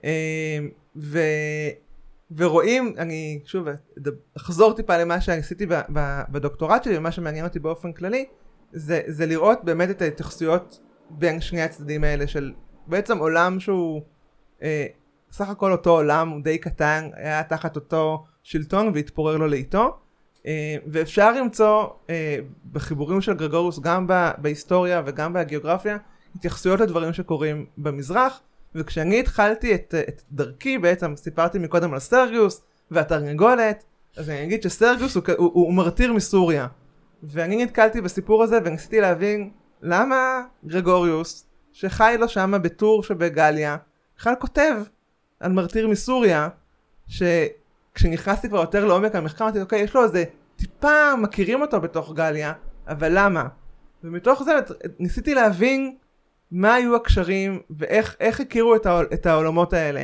ורואים, אני שוב אחזור טיפה למה שעשיתי בדוקטורט שלי, ומה שמעניין אותי באופן כללי, זה לראות באמת את ההתייחסויות בין שני הצדדים האלה של בעצם עולם שהוא... סך הכל אותו עולם הוא די קטן, היה תחת אותו שלטון והתפורר לו לאיתו, ואפשר למצוא בחיבורים של גרגוריוס גם בהיסטוריה וגם בגיאוגרפיה התייחסויות לדברים שקורים במזרח, וכשאני התחלתי את דרכי בעצם סיפרתי מקודם על סרגיוס והתרנגולת, אז אני אגיד שסרגיוס הוא מרטיר מסוריה, ואני נתקלתי בסיפור הזה וניסיתי להבין למה גרגוריוס שחי לו שם בטור שבגליה בכלל כותב על מרטיר מסוריה, שכשנכנסתי כבר יותר לעומק המחקר, אמרתי, אוקיי, יש לו איזה טיפה מכירים אותו בתוך גליה, אבל למה? ומתוך זה ניסיתי להבין מה היו הקשרים, ואיך הכירו את העולמות האלה.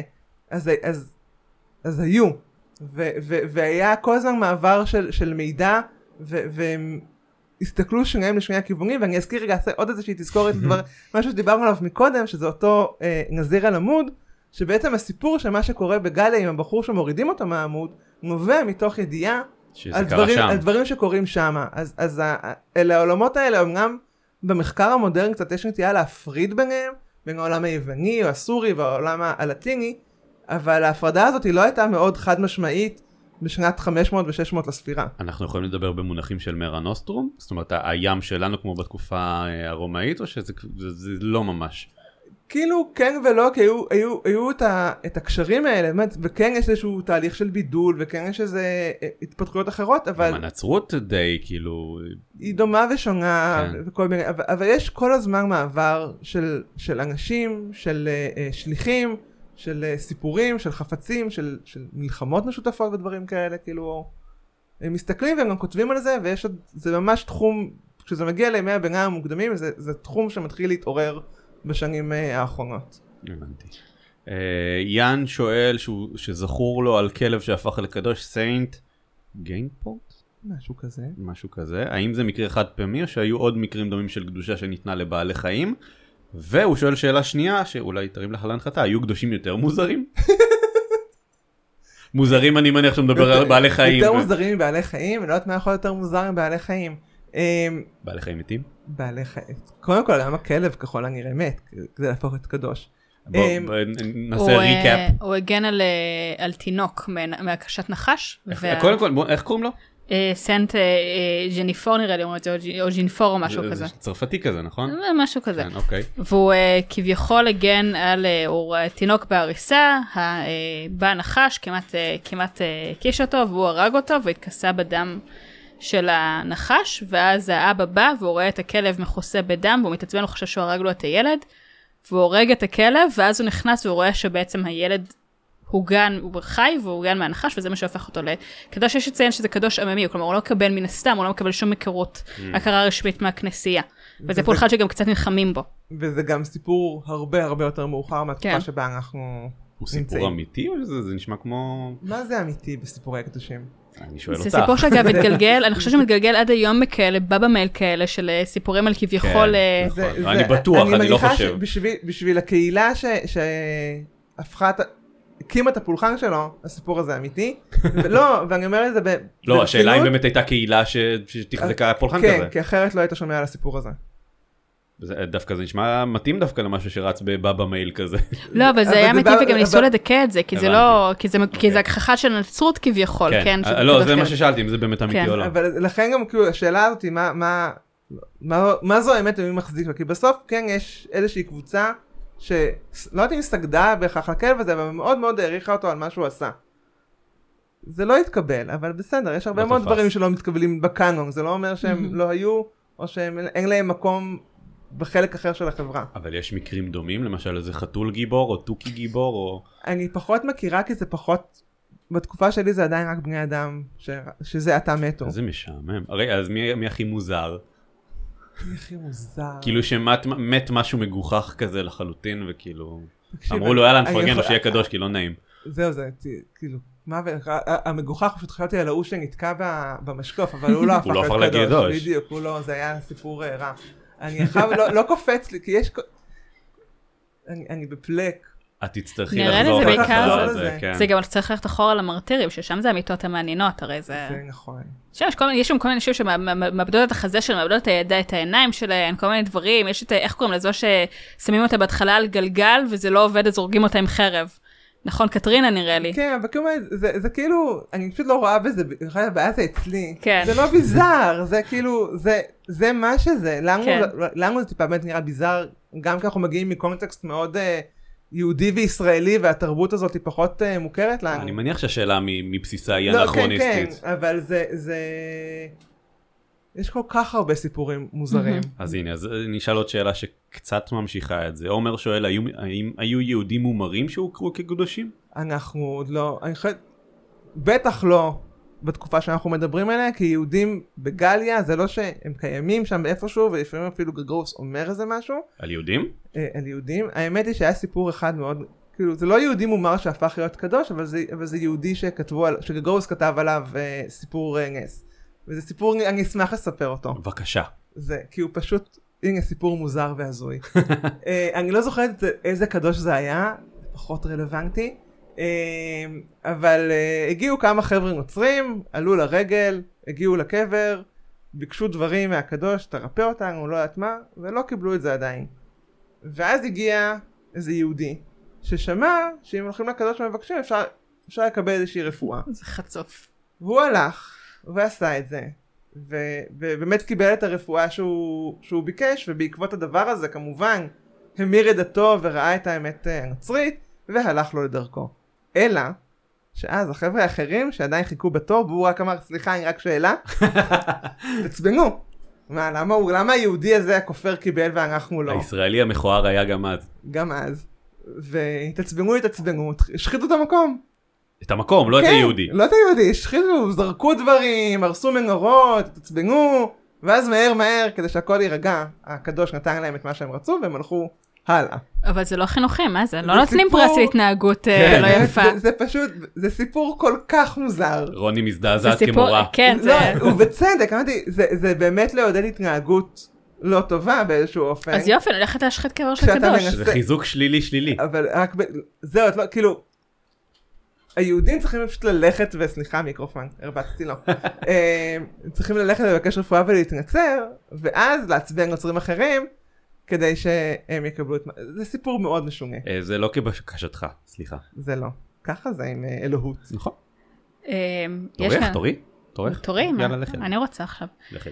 אז היו. והיה כל הזמן מעבר של מידע, והם הסתכלו שניהם לשני הכיוונים, ואני אזכיר רגע, אעשה עוד איזושהי תזכורת, משהו שדיברנו עליו מקודם, שזה אותו נזיר על עמוד, שבעצם הסיפור של מה שקורה בגליה עם הבחור שמורידים אותו מהעמוד, נובע מתוך ידיעה על דברים שקורים שם. אז אלה העולמות האלה, אמנם במחקר המודרני קצת יש נטייה להפריד ביניהם, בין העולם היווני או הסורי והעולם הלטיני, אבל ההפרדה הזאת היא לא הייתה מאוד חד משמעית בשנת 500 ו-600 לספירה. אנחנו יכולים לדבר במונחים של מרה נוסטרום? זאת אומרת, הים שלנו כמו בתקופה הרומאית, או שזה לא ממש? כאילו כן ולא, כי היו את הקשרים האלה, באמת, וכן יש איזשהו תהליך של בידול, וכן יש איזה התפתחויות אחרות, אבל... הנצרות די, כאילו... היא דומה ושונה, כן. וכל מיני, אבל יש כל הזמן מעבר של אנשים, של שליחים, של סיפורים, של חפצים, של מלחמות משותפות ודברים כאלה, כאילו... הם מסתכלים והם גם כותבים על זה, ויש עוד, זה ממש תחום, כשזה מגיע לימי הביניים המוקדמים, זה תחום שמתחיל להתעורר בשנים האחרונות. הבנתי. יאן שואל שזכור לו על כלב שהפך לקדוש, סיינט גיינפורט? משהו כזה. האם זה מקרה חד פעמי או שהיו עוד מקרים דומים של קדושה שניתנה לבעלי חיים? והוא שואל שאלה שנייה, שאולי תרים לך להנחתה, היו קדושים יותר מוזרים? מוזרים אני מניח שמדבר על בעלי חיים. יותר מוזרים מבעלי חיים? אני לא יודעת מה יכול יותר מוזר מבעלי חיים. בעלי חיים מתים? בעלי חיים. קודם כל, גם הכלב ככל הנראה מת, כדי להפוך את קדוש. נעשה ריקאפ. הוא הגן על תינוק מהקשת נחש. קודם כל, איך קוראים לו? סנט ג'ניפור נראה לי, או ג'ינפור או משהו כזה. צרפתי כזה, נכון? משהו כזה. כן, אוקיי. והוא כביכול הגן על תינוק בהריסה, בא נחש, כמעט קיש אותו, והוא הרג אותו, והתכסה בדם של הנחש, ואז האבא בא והוא רואה את הכלב מכוסה בדם, והוא מתעצבן, הוא חושב שהוא הרג לו את הילד, והוא הורג את הכלב, ואז הוא נכנס והוא רואה שבעצם הילד הוגן, הוא חי והוא הוגן מהנחש, וזה מה שהופך אותו לקדוש. יש לציין שזה קדוש עממי, כלומר הוא לא מקבל מן הסתם, הוא לא מקבל שום הכרות, הכרה רשמית מהכנסייה. וזה פולחן שגם קצת נלחמים בו. וזה גם סיפור הרבה הרבה יותר מאוחר מהתקופה שבה אנחנו נמצאים. הוא סיפור אמיתי או זה נשמע כמו... מה זה אמיתי בסיפורי הקדושים? אני שואל אותך. זה סיפור שאגב מתגלגל, אני חושבת שמתגלגל עד היום מכאלה, בבא מייל כאלה, של סיפורים על כביכול... אני בטוח, אני לא חושב. אני מניחה שבשביל הקהילה שהפכה הקימה את הפולחן שלו, הסיפור הזה אמיתי, ולא, ואני אומר את זה לא, השאלה אם באמת הייתה קהילה שתחזקה פולחן כזה. כן, כי אחרת לא היית שומע על הסיפור הזה. דווקא זה נשמע מתאים דווקא למשהו שרץ בבבא מייל כזה. לא, אבל זה היה אמיתי וגם ניסו לדכא את זה, כי זה לא, כי זה הכחשה של הנצרות כביכול, כן? לא, זה מה ששאלתי, אם זה באמת אמיתי או לא. אבל לכן גם כאילו השאלה הזאת היא מה זו האמת ומי מחזיק לה, כי בסוף כן יש איזושהי קבוצה שלא יודעת אם סגדה בהכרח לכלב הזה, אבל מאוד מאוד העריכה אותו על מה שהוא עשה. זה לא התקבל, אבל בסדר, יש הרבה מאוד דברים שלא מתקבלים בקאנון, זה לא אומר שהם לא היו, או שאין להם מקום בחלק אחר של החברה. אבל יש מקרים דומים, למשל איזה חתול גיבור, או טוקי גיבור, או... אני פחות מכירה, כי זה פחות... בתקופה שלי זה עדיין רק בני אדם, שזה אתה מתו. זה משעמם. הרי, אז מי הכי מוזר? מי הכי מוזר? כאילו שמת משהו מגוחך כזה לחלוטין, וכאילו... אמרו לו, יאללה, נפרגן לו שיהיה קדוש, כי לא נעים. זהו, זה, כאילו... המגוחך פשוט חשבתי על ההוא שנתקע במשקוף, אבל הוא לא הפך להיות קדוש. בדיוק, הוא לא, זה היה סיפור רע. אני עכשיו לא קופץ לי, כי יש... אני בפלק. את תצטרכי לחזור לחזור לזה. זה גם צריך ללכת אחורה למרטירים, ששם זה האמיתות המעניינות, הרי זה... זה נכון. יש שם כל מיני אנשים שמאבדות את החזה שלהם, מאבדות את העיניים שלהם, כל מיני דברים, יש את, איך קוראים לזו ששמים אותה בהתחלה על גלגל, וזה לא עובד, אז הורגים אותה עם חרב. נכון, קטרינה נראה לי. כן, אבל כאילו, זה כאילו, אני פשוט לא רואה בזה, הבעיה זה אצלי. זה לא ביזר, זה כאילו, זה מה שזה. לנו זה טיפה באמת נראה ביזר, גם כי אנחנו מגיעים מקונטקסט מאוד יהודי וישראלי, והתרבות הזאת היא פחות מוכרת לנו. אני מניח שהשאלה מבסיסה היא אנכרוניסטית. כן, אבל זה... יש כל כך הרבה סיפורים מוזרים. אז הנה, אז נשאל עוד שאלה שקצת ממשיכה את זה. עומר שואל, האם היו יהודים מומרים שהוכרו כקדושים? אנחנו עוד לא, אני חושבת, בטח לא בתקופה שאנחנו מדברים עליה, כי יהודים בגליה, זה לא שהם קיימים שם באיפשהו, ולפעמים אפילו גרגרוס אומר איזה משהו. על יהודים? על יהודים. האמת היא שהיה סיפור אחד מאוד, כאילו, זה לא יהודי מומר שהפך להיות קדוש, אבל זה יהודי שגרגרוס כתב עליו סיפור נס. וזה סיפור, אני אשמח לספר אותו. בבקשה. זה, כי הוא פשוט, הנה סיפור מוזר והזוי. אני לא זוכרת איזה קדוש זה היה, פחות רלוונטי, אבל הגיעו כמה חבר'ה נוצרים, עלו לרגל, הגיעו לקבר, ביקשו דברים מהקדוש, תרפא אותנו, לא יודעת מה, ולא קיבלו את זה עדיין. ואז הגיע איזה יהודי, ששמע שאם הולכים לקדוש ומבקשים, אפשר לקבל איזושהי רפואה. זה חצוף. והוא הלך, ועשה את זה, ובאמת קיבל את הרפואה שהוא ביקש, ובעקבות הדבר הזה כמובן המיר את דתו וראה את האמת הנוצרית, והלך לו לדרכו. אלא, שאז החבר'ה האחרים שעדיין חיכו בתור, והוא רק אמר, סליחה, אני רק שאלה, תצבנו. למה היהודי הזה הכופר קיבל ואנחנו לא? הישראלי המכוער היה גם אז. גם אז. והתעצבנו, השחיתו את המקום. את המקום, לא את היהודי. לא את היהודי, השחיתו, זרקו דברים, הרסו מנורות, התעצבנו, ואז מהר, כדי שהכל יירגע, הקדוש נתן להם את מה שהם רצו, והם הלכו הלאה. אבל זה לא חינוכי, מה זה? לא נותנים פרס להתנהגות לא יפה. זה פשוט, זה סיפור כל כך מוזר. רוני מזדעזעת כמורה. כן, זה... ובצדק, אמרתי, זה באמת לעודד התנהגות לא טובה באיזשהו אופן. אז יופי, נלכת להשחית קבר של קדוש. זה חיזוק שלילי. אבל רק, זהו, כאילו, היהודים צריכים פשוט ללכת, וסליחה מיקרופון, הרבצתי לו, צריכים ללכת לבקש רפואה ולהתנצר, ואז להצביע נוצרים אחרים, כדי שהם יקבלו את... זה סיפור מאוד משונה. זה לא כבקשתך, סליחה. זה לא. ככה זה עם אלוהות. נכון. תורי? תורי? אני רוצה עכשיו. לכי.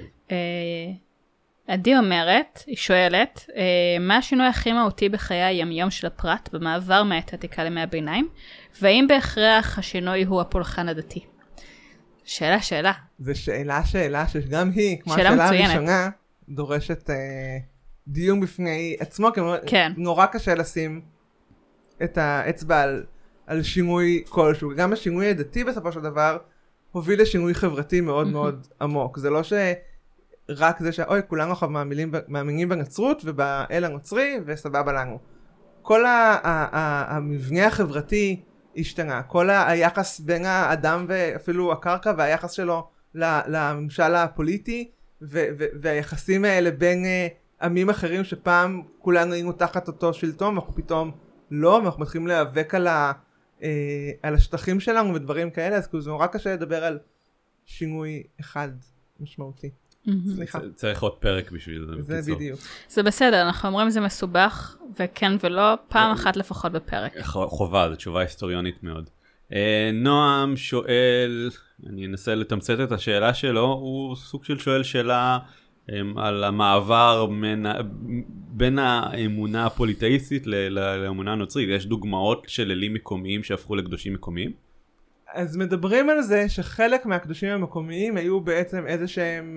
עדי אומרת, היא שואלת, מה השינוי הכי מהותי בחיי היומיום של הפרט במעבר מהעת העתיקה לימי הביניים, והאם בהכרח השינוי הוא הפולחן הדתי? שאלה. זו שאלה שגם היא, כמו שאלה השאלה מצוינת. הראשונה, דורשת דיון בפני עצמו, כי כן. נורא קשה לשים את האצבע על שינוי כלשהו. גם השינוי הדתי בסופו של דבר, הוביל לשינוי חברתי מאוד מאוד עמוק. זה לא שרק זה שאוי, כולנו עכשיו מאמינים בנצרות ובאל הנוצרי, וסבבה לנו. כל המבנה החברתי השתנה. כל היחס בין האדם ואפילו הקרקע, והיחס שלו לממשל הפוליטי, והיחסים האלה בין עמים אחרים שפעם כולנו היינו תחת אותו שלטון, ואנחנו פתאום לא, ואנחנו מתחילים להיאבק על השטחים שלנו ודברים כאלה, אז זה נורא קשה לדבר על שינוי אחד משמעותי. סליחה. צריך עוד פרק בשביל זה. זה בדיוק. זה בסדר, אנחנו אומרים זה מסובך, וכן ולא, פעם אחת לפחות בפרק. חובה, זו תשובה היסטוריונית מאוד. נועם שואל, אני אנסה לתמצת את השאלה שלו, הוא סוג של שואל שאלה על המעבר בין האמונה הפוליטאיסטית לאמונה הנוצרית. יש דוגמאות של אלים מקומיים שהפכו לקדושים מקומיים? אז מדברים על זה שחלק מהקדושים המקומיים היו בעצם איזה שהם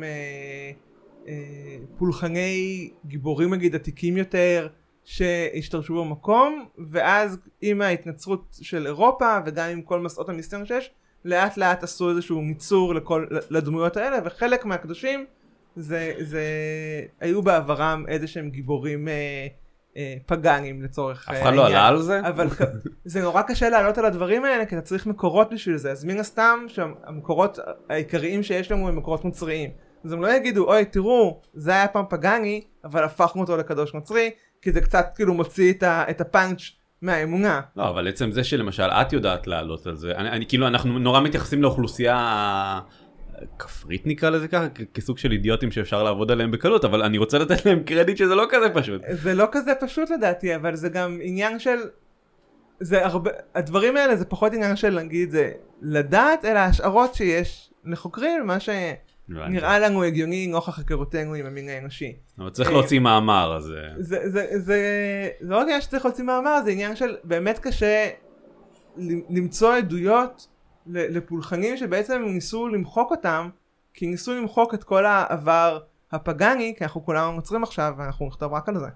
פולחני גיבורים נגיד עתיקים יותר שהשתרשו במקום, ואז עם ההתנצרות של אירופה וגם עם כל מסעות המיסיון שיש, לאט לאט עשו איזשהו ניצור לדמויות האלה, וחלק מהקדושים זה היו בעברם איזה שהם גיבורים פגנים לצורך אף אחד לא עלה על זה? אבל זה נורא קשה לעלות על הדברים האלה, כי אתה צריך מקורות בשביל זה. אז מן הסתם שהמקורות העיקריים שיש לנו הם מקורות נוצריים. אז הם לא יגידו, אוי תראו, זה היה פעם פגני, אבל הפכנו אותו לקדוש נוצרי, כי זה קצת כאילו מוציא את הפאנץ' מהאמונה. לא, אבל עצם זה שלמשל את יודעת לעלות על זה, כאילו אנחנו נורא מתייחסים לאוכלוסייה כפרית נקרא לזה ככה, כסוג של אידיוטים שאפשר לעבוד עליהם בקלות, אבל אני רוצה לתת להם קרדיט שזה לא כזה פשוט. זה לא כזה פשוט לדעתי, אבל זה גם עניין של, הדברים האלה זה פחות עניין של נגיד זה לדעת, אלא השערות שיש לחוקרים, מה שנראה לנו הגיוני נוכח היכרותנו עם המין האנושי. אבל צריך להוציא מאמר, אז זה לא עניין שצריך להוציא מאמר, זה עניין של באמת קשה למצוא עדויות לפולחנים שבעצם ניסו למחוק אותם, כי ניסו למחוק את כל העבר הפגני, כי אנחנו כולנו נוצרים עכשיו, ואנחנו נכתוב רק על זה.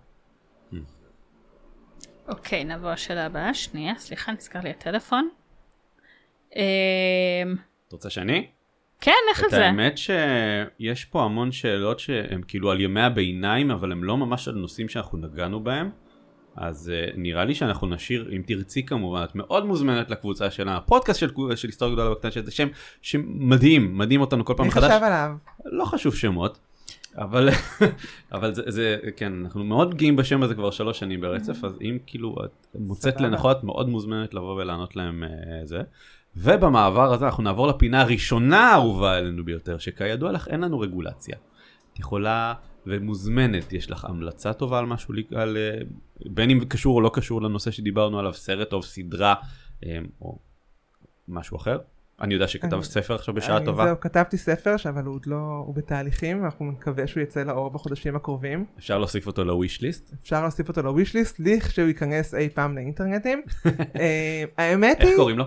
אוקיי, נעבור השאלה הבאה. שנייה, סליחה, נזכר לי הטלפון. את רוצה שאני? כן, איך את זה? את האמת שיש פה המון שאלות שהן כאילו על ימי הביניים, אבל הן לא ממש על נושאים שאנחנו נגענו בהם. אז נראה לי שאנחנו נשאיר, אם תרצי כמובן, את מאוד מוזמנת לקבוצה שלנו, הפודקאסט של היסטוריה גדולה בקטנה, שזה שם שמדהים, מדהים אותנו כל פעם מחדש. מי חשב עליו? לא חשוב שמות, אבל זה, כן, אנחנו מאוד גאים בשם הזה כבר 3 שנים ברצף, אז אם כאילו את מוצאת לנכון, את מאוד מוזמנת לבוא ולענות להם זה. ובמעבר הזה אנחנו נעבור לפינה הראשונה האהובה עלינו ביותר, שכידוע לך אין לנו רגולציה. את יכולה ומוזמנת, יש לך המלצה טובה על משהו, בין אם קשור או לא קשור לנושא שדיברנו עליו, סרט או סדרה, או משהו אחר. אני יודע שכתב ספר עכשיו בשעה טובה. זהו, כתבתי ספר, אבל הוא בתהליכים, ואנחנו מקווה שהוא יצא לאור בחודשים הקרובים. אפשר להוסיף אותו לוויש ליסט? אפשר להוסיף אותו לוויש ליסט, ליך שהוא ייכנס אי פעם לאינטרנטים. האמת היא... איך קוראים לו?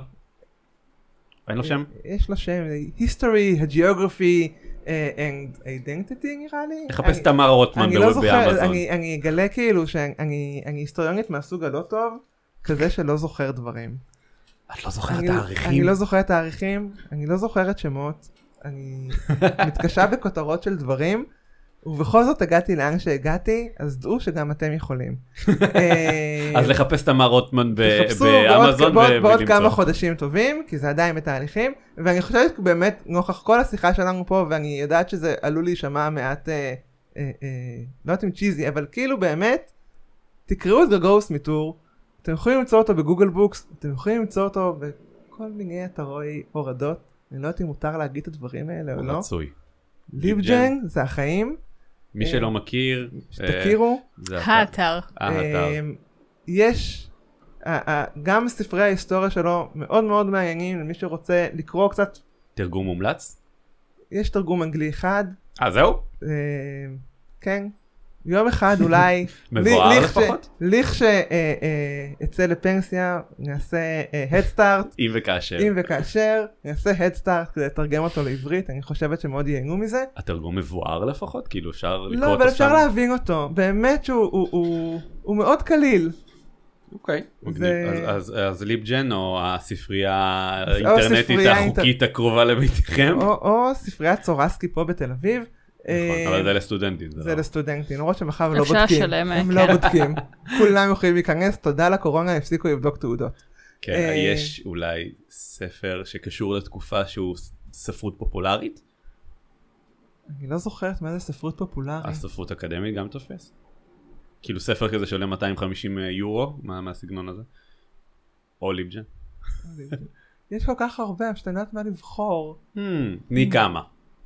אין לו שם? יש לו שם, History, Geography and Identity נראה לי. לחפש תמר רוטמן באמזון. אני אגלה כאילו שאני היסטוריונית מהסוג הלא טוב, כזה שלא זוכר דברים. את לא זוכרת תאריכים? אני לא זוכרת תאריכים, אני לא זוכרת שמות, אני מתקשה בכותרות של דברים, ובכל זאת הגעתי לאן שהגעתי, אז דעו שגם אתם יכולים. אז לחפש תמר רוטמן באמזון בעוד כמה חודשים טובים, כי זה עדיין בתהליכים, ואני חושבת באמת, נוכח כל השיחה שלנו פה, ואני יודעת שזה עלול להישמע מעט, לא יודעת אם צ'יזי, אבל כאילו באמת, תקראו את גגוס מטור, אתם יכולים למצוא אותו בגוגל בוקס, אתם יכולים למצוא אותו בכל מיני אתרי הורדות, אני לא יודעת אם מותר להגיד את הדברים האלה או לא. רצוי. ליבג'ן זה החיים. מי שלא מכיר, שתכירו. האתר. יש, גם ספרי ההיסטוריה שלו מאוד מאוד מעניינים, למי שרוצה לקרוא קצת. תרגום מומלץ? יש תרגום אנגלי אחד. זהו? כן. יום אחד אולי, מבואר לפחות? אצא לפנסיה, נעשה הדסטארט. אם וכאשר. אם וכאשר, נעשה הדסטארט כדי לתרגם אותו לעברית, אני חושבת שמאוד ייהנו מזה. התרגום מבואר לפחות? כאילו אפשר לקרוא לא, אותו אבל אפשר סתם? להבין אותו. באמת שהוא מאוד קליל. אוקיי, זה- אז ליבג'ן או הספרייה האינטרנטית החוקית הקרובה לביתכם? או ספריית סורסקי פה בתל אביב. נכון, אבל זה לסטודנטים. זה לסטודנטים, למרות שמחר הם לא אפשר בודקים. לשלם, הם כן. לא בודקים. כולם יכולים להיכנס, תודה לקורונה, הפסיקו לבדוק תעודות. כן, יש אולי ספר שקשור לתקופה שהוא ספרות פופולרית? אני לא זוכרת מה זה ספרות פופולרית. הספרות אקדמית גם תופס? כאילו ספר כזה שעולה 250 יורו, מהסגנון הזה? או ליבג'ן? יש כל כך הרבה, אני יודעת מה לבחור. תני כמה.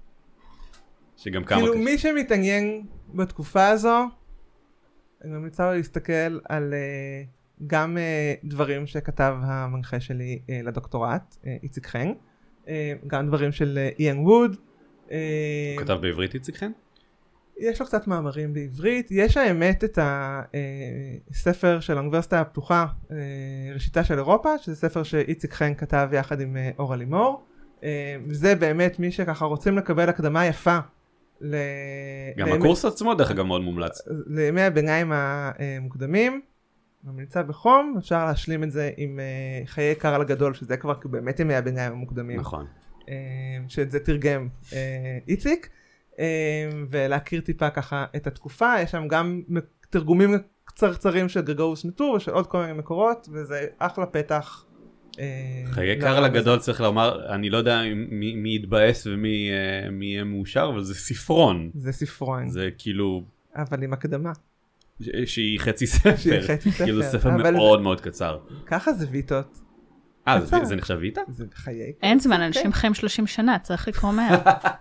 שגם כמה כאילו קשה. מי שמתעניין בתקופה הזו, אני ממליצה לו להסתכל על גם דברים שכתב המנחה שלי לדוקטורט, איציק חן, גם דברים של איאן ווד. הוא כתב בעברית איציק חן? יש לו קצת מאמרים בעברית, יש האמת את הספר של האוניברסיטה הפתוחה, ראשיתה של אירופה, שזה ספר שאיציק חן כתב יחד עם אורה לימור. זה באמת מי שככה רוצים לקבל הקדמה יפה. גם הקורס עצמו דרך אגב מאוד מומלץ. לימי הביניים המוקדמים, ממליצה בחום, אפשר להשלים את זה עם חיי קרל הגדול, שזה כבר באמת ימי הביניים המוקדמים. נכון. שאת זה תרגם איציק. ולהכיר טיפה ככה את התקופה, יש שם גם תרגומים קצרצרים של גרגוריוס מטור ושל עוד כל מיני מקורות, וזה אחלה פתח. חיי קרל הגדול צריך לומר, אני לא יודע מי יתבאס ומי יהיה מאושר, אבל זה ספרון. זה ספרון. זה כאילו... אבל עם הקדמה. שהיא חצי ספר. שהיא חצי ספר. כאילו ספר מאוד מאוד קצר. ככה זה ויטות. זה נחשב ויטה? זה חיי. אין זמן, אנשים חיים 30 שנה, צריך לקרוא מהר.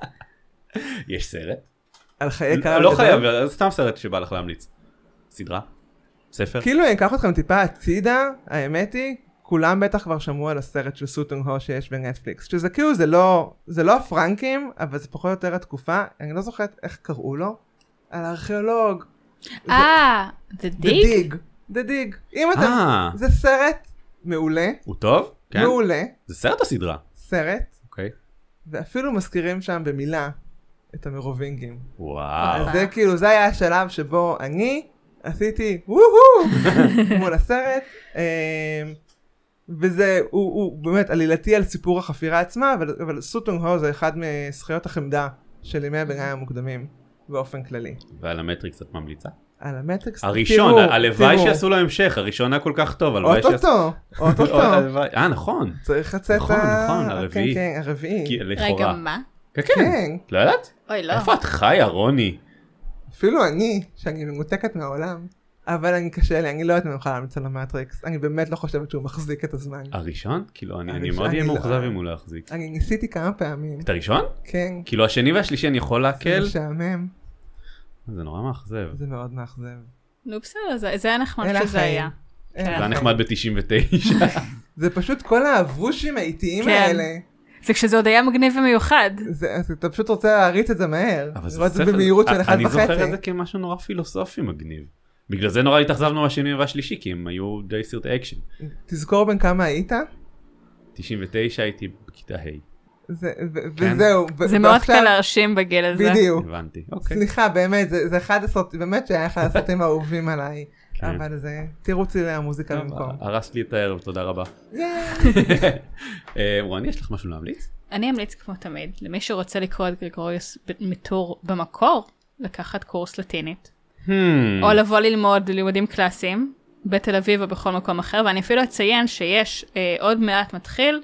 יש סרט? על חיי קרל לא הגדול. חייב, סתם סרט שבא לך להמליץ. סדרה? ספר? כאילו אני אקח אתכם טיפה הצידה, האמת היא, כולם בטח כבר שמעו על הסרט של סוטונג הו שיש בנטפליקס, שזה כאילו זה לא הפרנקים, אבל זה פחות או יותר התקופה, אני לא זוכרת איך קראו לו, על הארכיאולוג. The Dig? The Dig. אם אתם, זה סרט מעולה. הוא טוב? כן. מעולה. זה סרט או סדרה? סרט. אוקיי. ואפילו מזכירים שם במילה את המרובינגים. וואו. אז זה כאילו, זה היה השלב שבו אני עשיתי וואו מול הסרט. וזה, הוא באמת עלילתי על סיפור החפירה עצמה, אבל סוטונג הו זה אחד מזכיות החמדה של ימי הביניים המוקדמים באופן כללי. ועל המטריקס את ממליצה? על המטריקס, הראשון, הלוואי שיעשו לו המשך, הראשון היה כל כך טוב. אוטוטו. נכון. צריך לצאת נכון, הרביעי. כן, הרביעי. רגע, מה? כן. לא יודעת? אוי, לא. איפה את חיה, רוני? אפילו אני, שאני ממותקת מהעולם, אבל אני קשה לי, אני לא יודעת ממך להמליץ על המטריקס, אני באמת לא חושבת שהוא מחזיק את הזמן. הראשון? כאילו, אני מאוד אהיה מאוכזב אם הוא לא יחזיק. אני ניסיתי כמה פעמים. את הראשון? כן. כאילו, השני והשלישי אני יכול להקל? זה משעמם. זה נורא מאכזב. זה מאוד מאכזב. נו בסדר, זה היה נחמד שזה היה. זה היה נחמד ב-99. זה פשוט כל האבושים האיטיים האלה. זה כשזה עוד היה מגניב ומיוחד. אתה פשוט רוצה להריץ את זה מהר. אבל זה במהירות של 1.5. אני זוכר את זה כמשהו נורא פילוסופי מגניב. בגלל זה נורא התאכזבנו מהשני והשלישי, כי הם היו די סרטי אקשן. תזכור בין כמה היית? 99 הייתי בכיתה ה'. וזהו. זה מאוד קל להרשים בגיל הזה. בדיוק. הבנתי. סליחה, באמת, זה אחד הסרטים, באמת שהיה אחד הסרטים האהובים עליי. אבל זה, תראו צלילי המוזיקה במקום. הרסת לי את הערב, תודה רבה. רוני, יש לך משהו להמליץ? אני אמליץ כמו תמיד, למי שרוצה לקרוא את גרגוריוס מטור במקור, לקחת קורס לטינית. או לבוא ללמוד לימודים קלאסיים, בתל אביב או בכל מקום אחר, ואני אפילו אציין שיש עוד מעט מתחיל,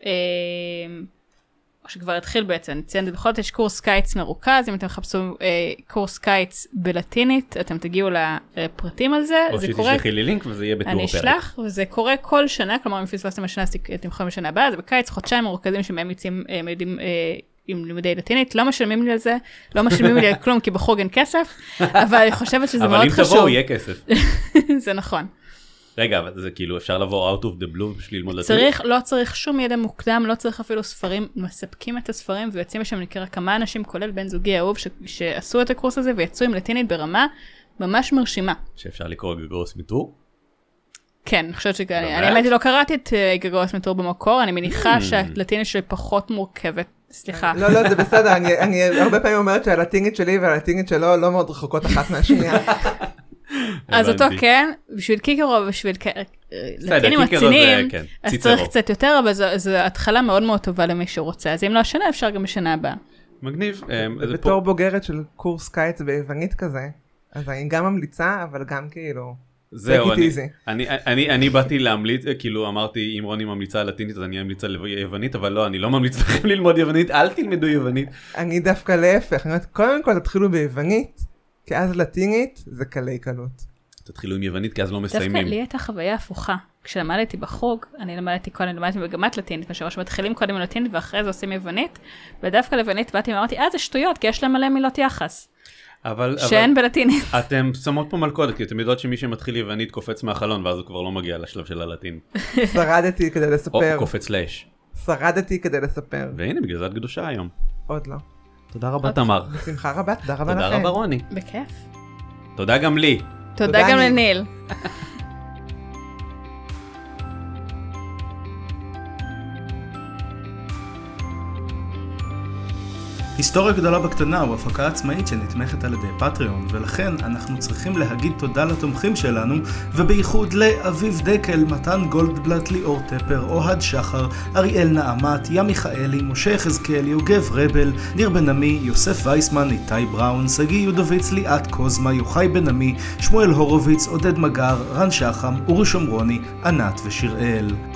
או שכבר התחיל בעצם, אני ציינתי בכל זאת, יש קורס קיץ מרוכז, אם אתם חפשו קורס קיץ בלטינית, אתם תגיעו לפרטים על זה. או שתשלחי לי לינק וזה יהיה בתור הפרק. אני אשלח, וזה קורה כל שנה, כלומר אם פספסתם השנה, אתם יכולים בשנה הבאה, זה בקיץ, חודשיים מרוכזים שבהם יוצאים עם לימודי לטינית, לא משלמים לי על זה, לא משלמים לי על כלום, כי בחוג אין כסף, אבל אני חושבת שזה מאוד חשוב. אבל אם תבואו, יהיה כסף. זה נכון. רגע, אבל זה כאילו אפשר לבוא out of the blue בשביל ללמוד לטינית? לא צריך שום ידע מוקדם, לא צריך אפילו ספרים, מספקים את הספרים ויוצאים משם, נקרא כמה אנשים, כולל בן זוגי האהוב, שעשו את הקורס הזה ויצאו עם לטינית ברמה ממש מרשימה. שאפשר לקרוא גרגרוס מטור? כן, אני חושבת אני האמת לא קראתי את גרגרוס מטור במקור, אני מניחה שהלטינית שלי פחות מורכבת. סליחה. לא, זה בסדר, אני הרבה פעמים אומרת שהלטינית שלי והלטינית שלו לא מאוד רחוקות אחת מהשנייה. אז אותו כן, בשביל קיקרו ובשביל לטינים רציניים, אז צריך קצת יותר, אבל זו התחלה מאוד מאוד טובה למי שרוצה, אז אם לא השנה, אפשר גם בשנה הבאה. מגניב. בתור בוגרת של קורס קיץ ביוונית כזה, אז אני גם ממליצה, אבל גם כאילו... זהו, אני באתי להמליץ, כאילו אמרתי, אם רוני ממליצה לטינית, אז אני אמליצה ליוונית, אבל לא, אני לא ממליץ לכם ללמוד יוונית, אל תלמדו יוונית. אני דווקא להפך, אני אומרת, קודם כל תתחילו ביוונית, כי אז לטינית זה קלי קלות. תתחילו עם יוונית, כי אז לא מסיימים. דווקא לי הייתה חוויה הפוכה. כשלמדתי בחוג, אני למדתי במגמת לטינית, משהו שמתחילים קודם עם לטינית, ואחרי זה עושים יוונית, ודווקא ליוונית באתי ואמרתי, זה שטויות, כי יש להם מלא מילות יחס. שאין בלטינית. אתם שמות פה מלכודת, כי אתם יודעות שמי שמתחיל יוונית קופץ מהחלון, ואז הוא כבר לא מגיע לשלב של הלטין. שרדתי כדי לספר. או קופץ לאש. שרדתי כדי לספר. והנה, בגלל זה את קדושה היום. עוד לא. תודה רבה, תמר. בשמחה רבה, תודה רבה לכם. תודה רבה, רוני. בכיף. תודה גם לי. תודה גם לניל. היסטוריה גדולה בקטנה הוא הפקה עצמאית שנתמכת על ידי פטריון, ולכן אנחנו צריכים להגיד תודה לתומכים שלנו, ובייחוד לאביב דקל, מתן גולדבלט, ליאור טפר, אוהד שחר, אריאל נעמת, ים מיכאלי, משה חזקאל, יוגב רבל, ניר בן עמי, יוסף וייסמן, איתי בראון, סגי יודוביץ, ליאת קוזמה, יוחאי בן עמי, שמואל הורוביץ, עודד מגר, רן שחם, אורי שומרוני, ענת ושיראל.